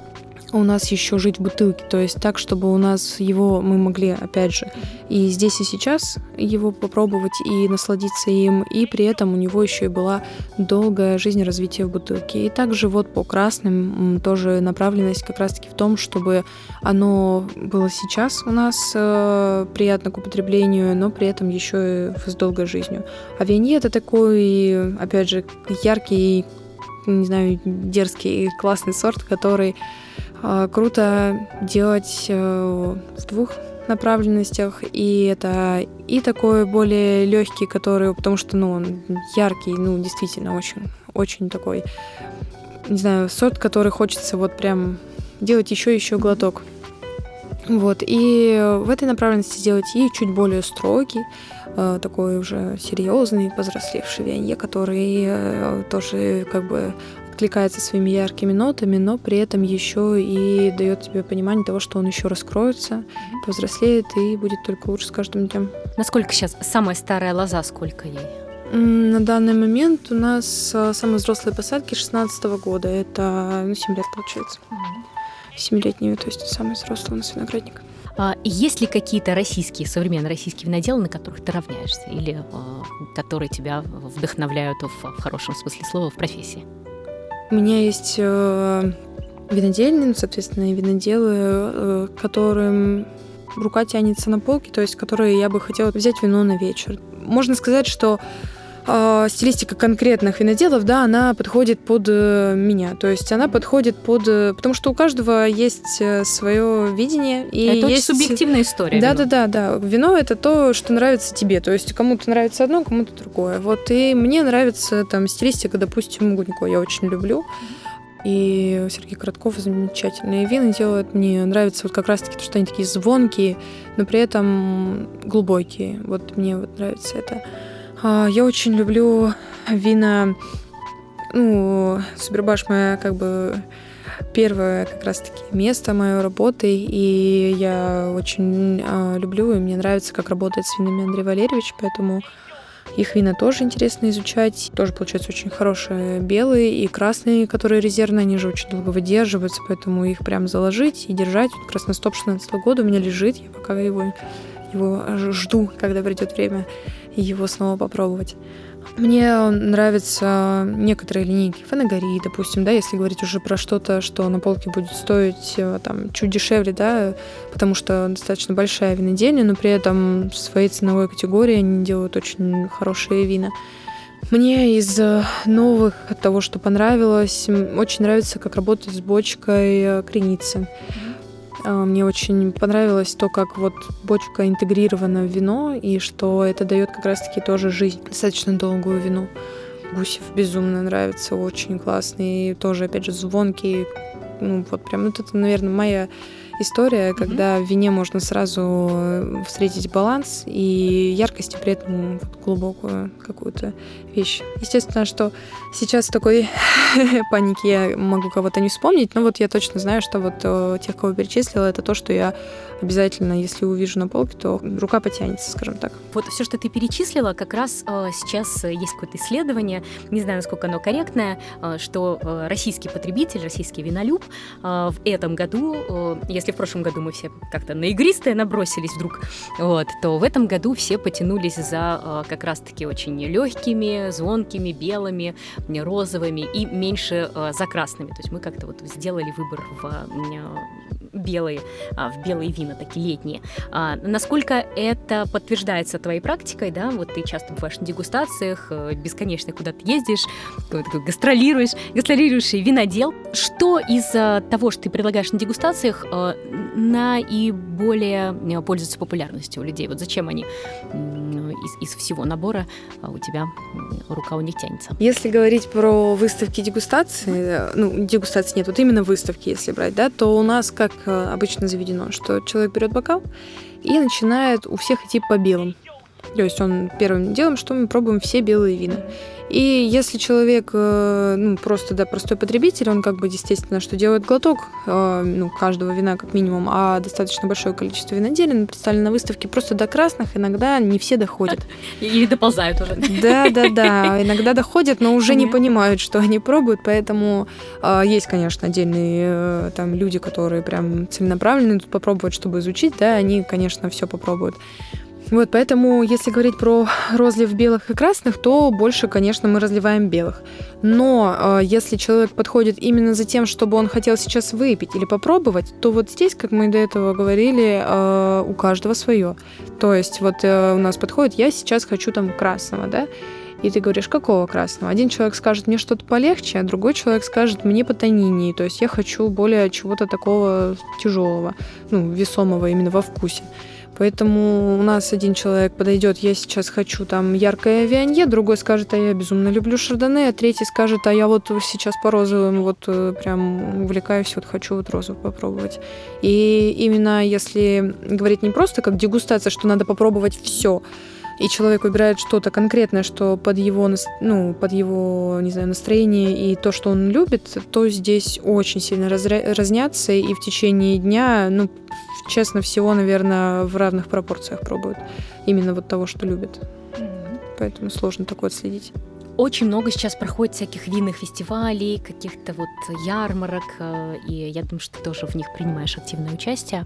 у нас еще жить в бутылке, то есть так, чтобы у нас его мы могли, опять же, и здесь и сейчас его попробовать и насладиться им, и при этом у него еще и была долгая жизнь развития в бутылке. И также вот по красным тоже направленность как раз-таки в том, чтобы оно было сейчас у нас э, приятно к употреблению, но при этом еще и с долгой жизнью. А вианье — это такой, опять же, яркий, не знаю, дерзкий, классный сорт, который э, круто делать э, в двух направленностях, и это и такой более легкий, который, потому что, ну, он яркий, ну, действительно, очень, очень такой, не знаю, сорт, который хочется вот прям делать еще еще глоток. Вот, и в этой направленности сделать и чуть более строгий, э, такой уже серьезный, повзрослевший вианье, который э, тоже как бы откликается своими яркими нотами, но при этом еще и дает тебе понимание того, что он еще раскроется, повзрослеет и будет только лучше с каждым днем. Насколько сейчас самая старая лоза, сколько ей? На данный момент у нас самые взрослые посадки шестнадцатого года, это ну, семь лет получается. Семилетнюю, то есть самый взрослый у нас виноградник. А есть ли какие-то российские, современные российские виноделы, на которых ты равняешься, или а, которые тебя вдохновляют в, в хорошем смысле слова в профессии? У меня есть э, винодельни, соответственно, и виноделы, э, которым рука тянется на полке, то есть которые я бы хотела взять вино на вечер. Можно сказать, что э, стилистика конкретных виноделов, да, она подходит под э, меня. То есть она подходит под... Э, потому что у каждого есть э, свое видение. И это есть... очень субъективная история. Да, да, да, да. Вино — это то, что нравится тебе. То есть кому-то нравится одно, кому-то другое. Вот. И мне нравится там стилистика, допустим, Гунько. Я очень люблю. и Сергей Коротков замечательные вина делает. Мне нравится вот как раз-таки то, что они такие звонкие, но при этом глубокие. Вот мне вот нравится это. Я очень люблю вина. Ну, Супербаш моя как бы первое как раз-таки место моей работы, и я очень э, люблю, и мне нравится, как работает с винами Андрей Валерьевич, поэтому их вина тоже интересно изучать. Тоже получаются очень хорошие белые и красные, которые резервные, они же очень долго выдерживаются, поэтому их прям заложить и держать. Вот красностоп шестнадцатого года у меня лежит, я пока его, его жду, когда придет время его снова попробовать. Мне нравятся некоторые линейки Фанагори, допустим, да, если говорить уже про что-то, что на полке будет стоить там чуть дешевле, да, потому что достаточно большая винодельня, но при этом в своей ценовой категории они делают очень хорошие вина. Мне из новых, от того, что понравилось, очень нравится, как работать с бочкой Креницы. Мне очень понравилось то, как вот бочка интегрирована в вино, и что это дает как раз-таки тоже жизнь, достаточно долгую вину. Гусев безумно нравится, очень классный, и тоже, опять же, звонкий. Ну, вот прям, ну, это, наверное, моя история, mm-hmm. когда в вине можно сразу встретить баланс и яркость, и при этом глубокую какую-то вещь. Естественно, что сейчас в такой панике я могу кого-то не вспомнить, но вот я точно знаю, что вот тех, кого перечислила, это то, что я обязательно, если увижу на полке, то рука потянется, скажем так. Вот все, что ты перечислила, как раз э, сейчас есть какое-то исследование, не знаю, насколько оно корректное, э, что э, российский потребитель, российский винолюб э, в этом году, э, если в прошлом году мы все как-то на игристое набросились вдруг, вот, то в этом году все потянулись за э, как раз-таки очень легкими, звонкими, белыми, розовыми и меньше э, за красными. То есть мы как-то вот сделали выбор в э, белые, а, в белые вина, такие летние. А, насколько это подтверждается твоей практикой, да? Вот ты часто бываешь на дегустациях, бесконечно куда-то ездишь, такой гастролируешь, гастролирующий винодел. Что из того, что ты предлагаешь на дегустациях, наиболее пользуется популярностью у людей? Вот зачем они из, из всего набора у тебя рука у них тянется? Если говорить про выставки дегустации, ну, дегустации нет, вот именно выставки, если брать, да, то у нас как обычно заведено, что человек берет бокал и начинает у всех идти по белым. То есть он первым делом, что мы пробуем все белые вина. И если человек, ну, просто, да, простой потребитель, он как бы, естественно, что делает глоток, ну, каждого вина как минимум, а достаточно большое количество виноделин представлено на выставке, просто до красных иногда не все доходят. Или доползают уже. Да, да, да. Иногда доходят, но уже не понимают, что они пробуют, поэтому есть, конечно, отдельные там люди, которые прям целенаправленно идут попробовать, чтобы изучить, да, они, конечно, все попробуют. Вот, поэтому, если говорить про розлив белых и красных, то больше, конечно, мы разливаем белых. Но э, если человек подходит именно за тем, чтобы он хотел сейчас выпить или попробовать, то вот здесь, как мы до этого говорили, э, у каждого свое. То есть вот э, у нас подходит, я сейчас хочу там красного, да, и ты говоришь, какого красного? Один человек скажет, мне что-то полегче, а другой человек скажет, мне потониннее, то есть я хочу более чего-то такого тяжелого, ну, весомого именно во вкусе. Поэтому у нас один человек подойдет, я сейчас хочу там яркое вианье, другой скажет, а я безумно люблю шардоне, а третий скажет, а я вот сейчас по розовым вот прям увлекаюсь, вот хочу вот розовый попробовать. И именно если говорить не просто как дегустация, что надо попробовать все, и человек выбирает что-то конкретное, что под его, ну, под его, не знаю, настроение и то, что он любит, то здесь очень сильно разря- разнятся, и в течение дня, ну, честно, всего, наверное, в равных пропорциях пробуют именно вот того, что любят. Mm-hmm. Поэтому сложно такое отследить. Очень много сейчас проходит всяких винных фестивалей, каких-то вот ярмарок, и я думаю, что ты тоже в них принимаешь активное участие.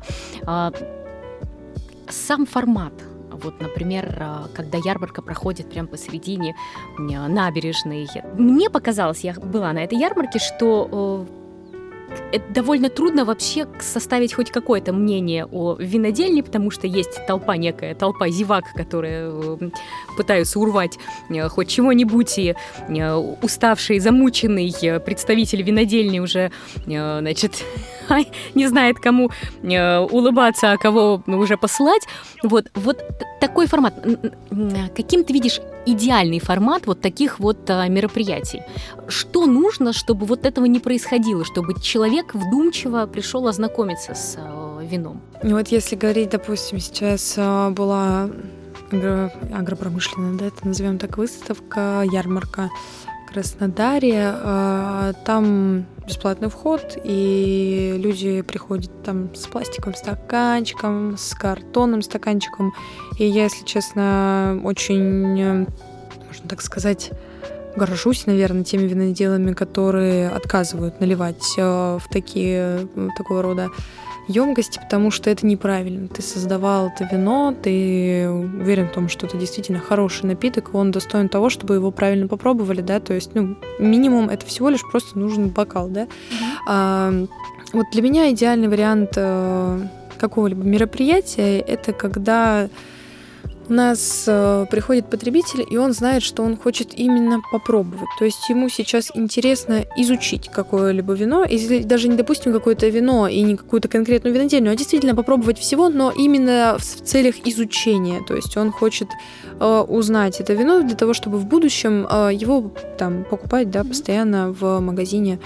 Сам формат. Вот, например, когда ярмарка проходит прямо посередине набережной. Мне показалось, я была на этой ярмарке, что это довольно трудно вообще составить хоть какое-то мнение о винодельне, потому что есть толпа некая, толпа зевак, которые пытаются урвать хоть чего-нибудь, и уставший, замученный представитель винодельни уже, значит, не знает, кому э, улыбаться, а кого уже посылать. Вот, вот такой формат. Каким ты видишь идеальный формат вот таких вот а, мероприятий? Что нужно, чтобы вот этого не происходило, чтобы человек вдумчиво пришел ознакомиться с а, вином? Вот если говорить, допустим, сейчас а, была агро- агропромышленная, да, это назовем так, выставка, ярмарка в Краснодаре, а, там бесплатный вход, и люди приходят там с пластиковым стаканчиком, с картонным стаканчиком. И я, если честно, очень, можно так сказать, горжусь, наверное, теми виноделами, которые отказывают наливать в такие, такого рода емкости, потому что это неправильно. Ты создавал это вино, ты уверен в том, что это действительно хороший напиток, и он достоин того, чтобы его правильно попробовали, да, то есть, ну, минимум это всего лишь просто нужен бокал, да. Mm-hmm. А, вот для меня идеальный вариант а, какого-либо мероприятия — это когда у нас э, приходит потребитель, и он знает, что он хочет именно попробовать. То есть ему сейчас интересно изучить какое-либо вино, и даже не, допустим, какое-то вино и не какую-то конкретную винодельню, а действительно попробовать всего, но именно в целях изучения. То есть он хочет э, узнать это вино для того, чтобы в будущем э, его там покупать, да, постоянно в магазине.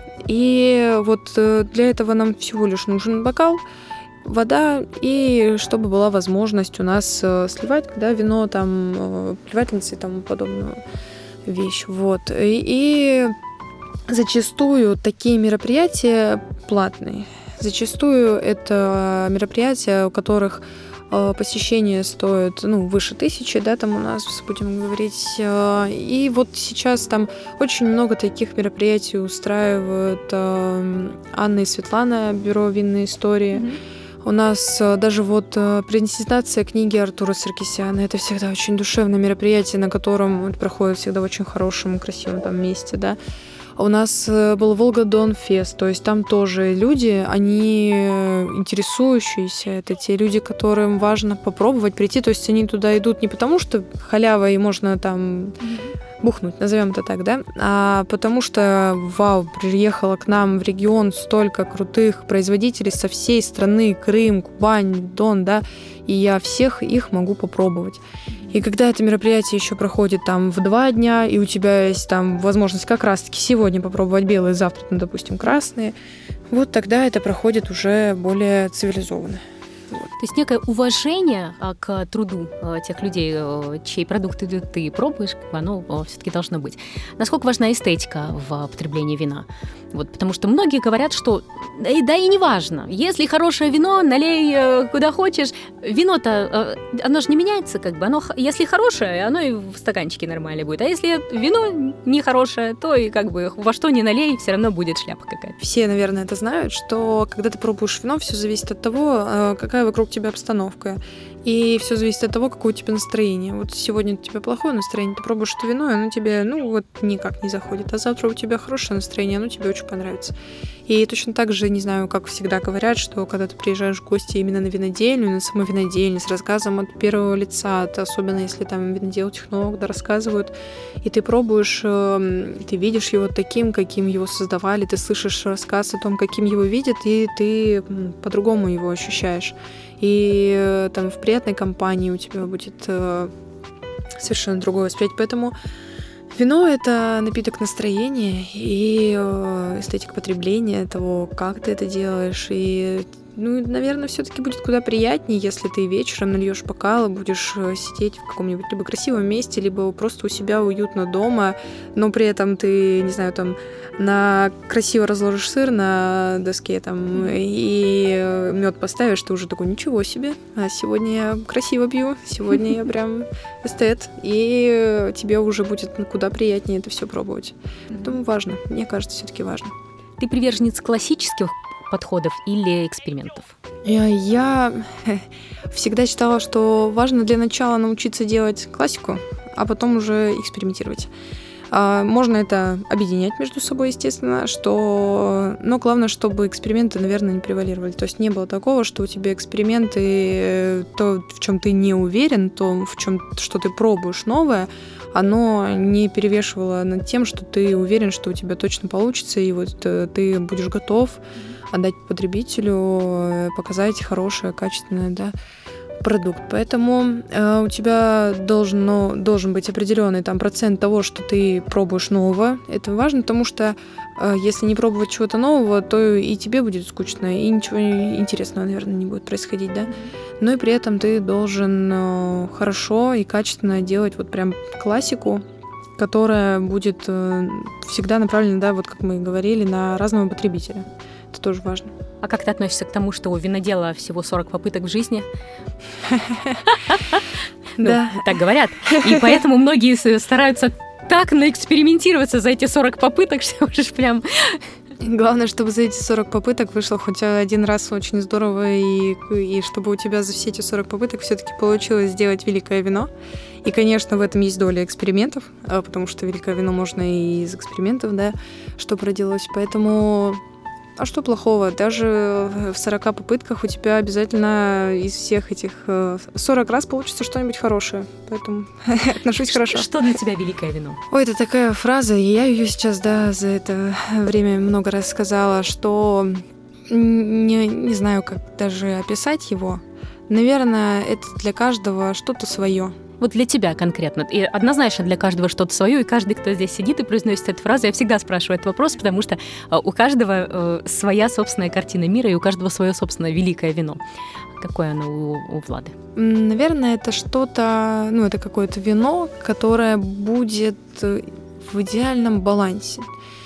И вот э, для этого нам всего лишь нужен бокал, вода, и чтобы была возможность у нас э, сливать, да, вино, там, э, плевательницы и тому подобную вещь. Вот. И, и зачастую такие мероприятия платные. Зачастую это мероприятия, у которых э, посещение стоит, ну, выше тысячи, да, там у нас, будем говорить. Э, и вот сейчас там очень много таких мероприятий устраивают э, Анна и Светлана, бюро «Винные истории». Mm-hmm. У нас даже вот презентация книги Артура Саркисяна. Это всегда очень душевное мероприятие, на котором это проходит всегда в очень хорошем, красивом там месте, да. У нас был Волга Дон Фест, то есть там тоже люди, они интересующиеся, это те люди, которым важно попробовать прийти, то есть они туда идут не потому, что халява и можно там бухнуть, назовем это так, да, а потому что, вау, приехало к нам в регион столько крутых производителей со всей страны, Крым, Кубань, Дон, да, и я всех их могу попробовать. И когда это мероприятие еще проходит там в два дня, и у тебя есть там возможность как раз-таки сегодня попробовать белые, завтра, ну, допустим, красные, вот тогда это проходит уже более цивилизованно. Вот. То есть некое уважение к труду тех людей, чьи продукты ты пробуешь, оно все-таки должно быть. Насколько важна эстетика в потреблении вина? Вот, потому что многие говорят, что да и не важно, если хорошее вино, налей куда хочешь. Вино-то, оно же не меняется, как бы. Оно, если хорошее, оно и в стаканчике нормально будет. А если вино нехорошее, то и как бы во что ни налей, все равно будет шляпа какая-то. Все, наверное, это знают, что когда ты пробуешь вино, все зависит от того, какая вокруг тебя обстановка. И все зависит от того, какое у тебя настроение. Вот сегодня у тебя плохое настроение, ты пробуешь это вино, и оно тебе, ну, вот никак не заходит. А завтра у тебя хорошее настроение, оно тебе очень понравится. И точно так же, не знаю, как всегда говорят, что когда ты приезжаешь в гости именно на винодельню, на саму винодельню, с рассказом от первого лица, от, особенно если там винодел, технолог, да, рассказывают, и ты пробуешь, ты видишь его таким, каким его создавали, ты слышишь рассказ о том, каким его видят, и ты по-другому его ощущаешь. И там в приятной компании у тебя будет э, совершенно другое восприятие. Поэтому вино — это напиток настроения и э, эстетика потребления того, как ты это делаешь. И, ну, наверное, все-таки будет куда приятнее, если ты вечером нальешь бокал и будешь сидеть в каком-нибудь либо красивом месте, либо просто у себя уютно дома, но при этом ты, не знаю, там на красиво разложишь сыр на доске там и мед поставишь, ты уже такой: ничего себе, а сегодня я красиво пью, сегодня я прям эстет, и тебе уже будет куда приятнее это все пробовать. Поэтому важно, мне кажется, все-таки важно. Ты приверженец классических подходов или экспериментов? Я, я всегда считала, что важно для начала научиться делать классику, а потом уже экспериментировать. Можно это объединять между собой, естественно, что... но главное, чтобы эксперименты, наверное, не превалировали. То есть не было такого, что у тебя эксперименты, то, в чем ты не уверен, то, в чем, что ты пробуешь новое, оно не перевешивало над тем, что ты уверен, что у тебя точно получится, и вот ты будешь готов отдать потребителю, показать хорошее, качественное, да, продукт. Поэтому э, у тебя должен, ну, должен быть определенный там процент того, что ты пробуешь нового. Это важно, потому что э, если не пробовать чего-то нового, то и тебе будет скучно, и ничего интересного, наверное, не будет происходить, да. Но и при этом ты должен э, хорошо и качественно делать вот прям классику, которая будет э, всегда направлена, да, вот как мы говорили, на разного потребителя. Это тоже важно. А как ты относишься к тому, что у винодела всего сорок попыток в жизни? Да. Так говорят. И поэтому многие стараются так наэкспериментироваться за эти сорок попыток, что уже прям... Главное, чтобы за эти сорок попыток вышло хоть один раз очень здорово, и, и чтобы у тебя за все эти сорок попыток все-таки получилось сделать великое вино. И, конечно, в этом есть доля экспериментов, потому что великое вино можно и из экспериментов, да, что родилось. Поэтому... А что плохого? Даже в сорока попытках у тебя обязательно из всех этих сорок раз получится что-нибудь хорошее. Поэтому отношусь хорошо. Что для тебя великое вино? Ой, это такая фраза, и я ее сейчас, да, за это время много раз сказала, что не, не знаю, как даже описать его. Наверное, это для каждого что-то свое. Вот для тебя конкретно. И однозначно для каждого что-то свое, и каждый, кто здесь сидит и произносит эту фразу, я всегда спрашиваю этот вопрос, потому что у каждого своя собственная картина мира, и у каждого свое собственное великое вино. Какое оно у, у Влады? Наверное, это что-то, ну, это какое-то вино, которое будет в идеальном балансе.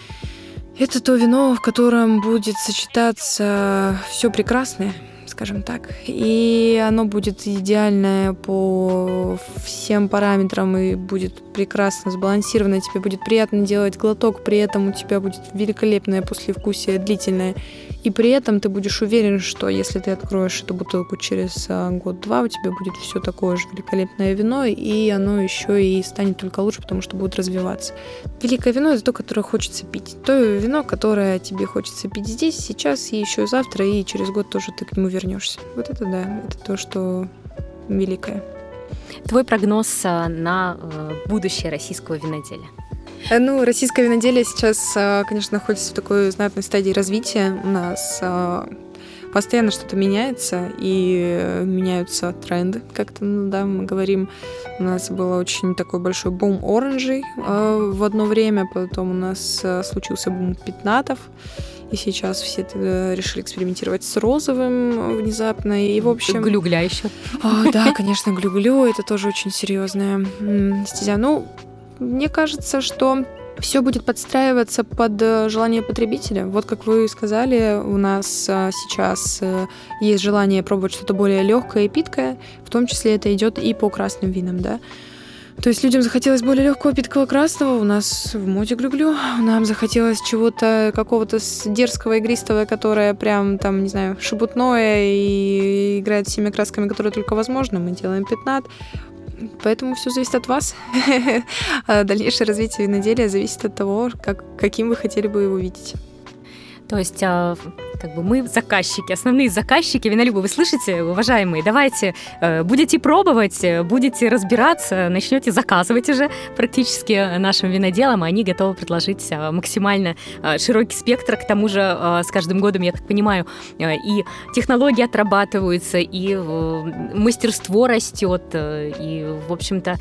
Это то вино, в котором будет сочетаться все прекрасное, скажем так. И оно будет идеальное по всем параметрам и будет прекрасно сбалансировано. Тебе будет приятно делать глоток, при этом у тебя будет великолепное послевкусие, длительное. И при этом ты будешь уверен, что если ты откроешь эту бутылку через год-два, у тебя будет все такое же великолепное вино, и оно еще и станет только лучше, потому что будет развиваться. Великое вино — это то, которое хочется пить. То вино, которое тебе хочется пить здесь, сейчас, и еще завтра, и через год тоже ты к нему вернешься. Вот это да, это то, что великое. Твой прогноз на будущее российского виноделия? Ну, российское виноделие сейчас, конечно, находится в такой знатной стадии развития. У нас постоянно что-то меняется, и меняются тренды, как-то, ну да, мы говорим. У нас был очень такой большой бум оранжей в одно время, потом у нас случился бум пятнатов, и сейчас все решили экспериментировать с розовым внезапно, и, в общем... Глюгля еще. О, да, конечно, глюглю, это тоже очень серьезная стезя. Ну, мне кажется, что все будет подстраиваться под желание потребителя. Вот как вы сказали, у нас сейчас есть желание пробовать что-то более легкое и питкое, в том числе это идет и по красным винам, да. То есть людям захотелось более легкого питкого красного, у нас в моде глюглю, нам захотелось чего-то, какого-то дерзкого, игристого, которое прям там, не знаю, шебутное и играет всеми красками, которые только возможно, мы делаем пятнат. Поэтому все зависит от вас. Дальнейшее развитие виноделия зависит от того, как, каким вы хотели бы его видеть. То есть, как бы мы заказчики, основные заказчики винолюбы. Вы слышите, уважаемые? Давайте будете пробовать, будете разбираться, начнете заказывать уже практически нашим виноделам, и они готовы предложить максимально широкий спектр. К тому же с каждым годом, я так понимаю, и технологии отрабатываются, и мастерство растет, и, в общем-то,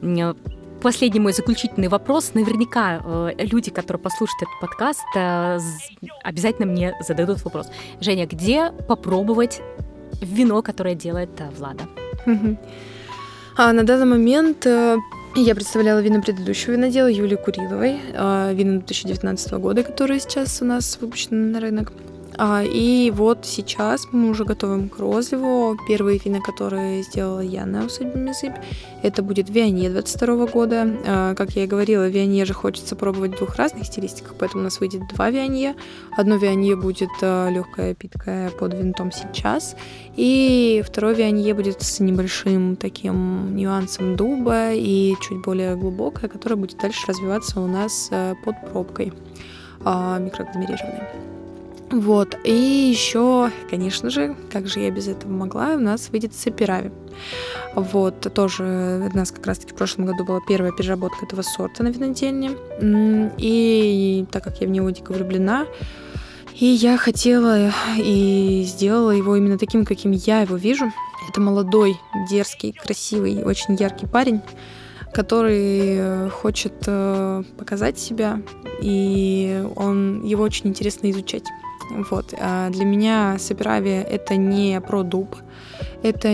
последний мой заключительный вопрос. Наверняка э, люди, которые послушают этот подкаст, э, обязательно мне зададут вопрос. Женя, где попробовать вино, которое делает э, Влада? Mm-hmm. А, на данный момент э, я представляла вина предыдущего винодела Юлии Куриловой, э, вина две тысячи девятнадцатого года, которые сейчас у нас выпущены на рынок. А, и вот сейчас мы уже готовим к розливу. Первые вина, которые сделала я на усадьбе Мезыбь, это будет Вианье двадцать второго года. А, как я и говорила, Вианье же хочется пробовать в двух разных стилистиках, поэтому у нас выйдет два Вианье. Одно Вианье будет а, легкое, питкое под винтом сейчас, и второе Вианье будет с небольшим таким нюансом дуба и чуть более глубокое, которое будет дальше развиваться у нас а, под пробкой а, микроаггломерированной. Вот. И еще, конечно же, как же я без этого могла, у нас выйдет Саперави. Вот, тоже у нас как раз-таки в прошлом году была первая переработка этого сорта на винодельне. И так как я в него дико влюблена, и я хотела и сделала его именно таким, каким я его вижу. Это молодой, дерзкий, красивый, очень яркий парень, который хочет показать себя, и он, его очень интересно изучать. Вот. А для меня Саперави — это не про дуб, это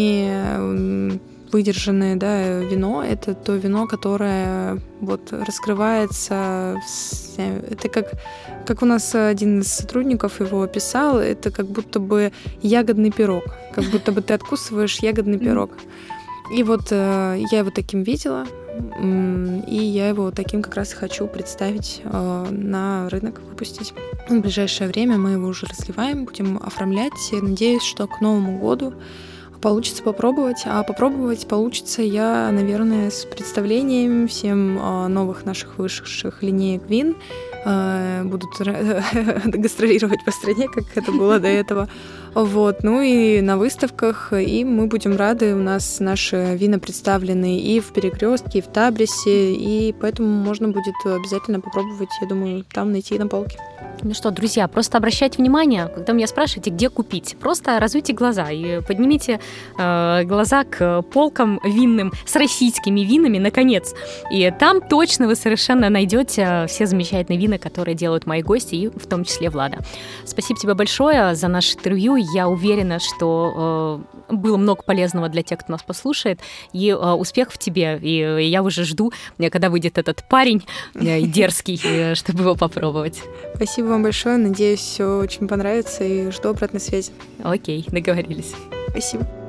не выдержанное, да, вино, это то вино, которое вот раскрывается. Это как, как у нас один из сотрудников его описал, это как будто бы ягодный пирог, как будто бы ты откусываешь ягодный пирог. И вот э, я его таким видела, и я его таким как раз и хочу представить э, на рынок, выпустить. В ближайшее время мы его уже разливаем, будем оформлять. Я надеюсь, что к Новому году получится попробовать. А попробовать получится я, наверное, с представлением всем э, новых наших вышедших линеек вин. Э, будут гастролировать по стране, как это было до этого. Вот, ну и на выставках, и мы будем рады, у нас наши вина представлены и в Перекрестке, и в Табрисе, и поэтому можно будет обязательно попробовать, я думаю, там найти на полке. Ну что, друзья, просто обращайте внимание, когда меня спрашиваете, где купить, просто разуйте глаза и поднимите э, глаза к полкам винным с российскими винами, наконец. И там точно вы совершенно найдете все замечательные вина, которые делают мои гости, и в том числе Влада. Спасибо тебе большое за наше интервью. Я уверена, что э, было много полезного для тех, кто нас послушает, и э, успехов тебе. И я уже жду, когда выйдет этот парень э, дерзкий, э, чтобы его попробовать. Спасибо вам большое. Надеюсь, все очень понравится, и жду обратной связи. Окей, договорились. Спасибо.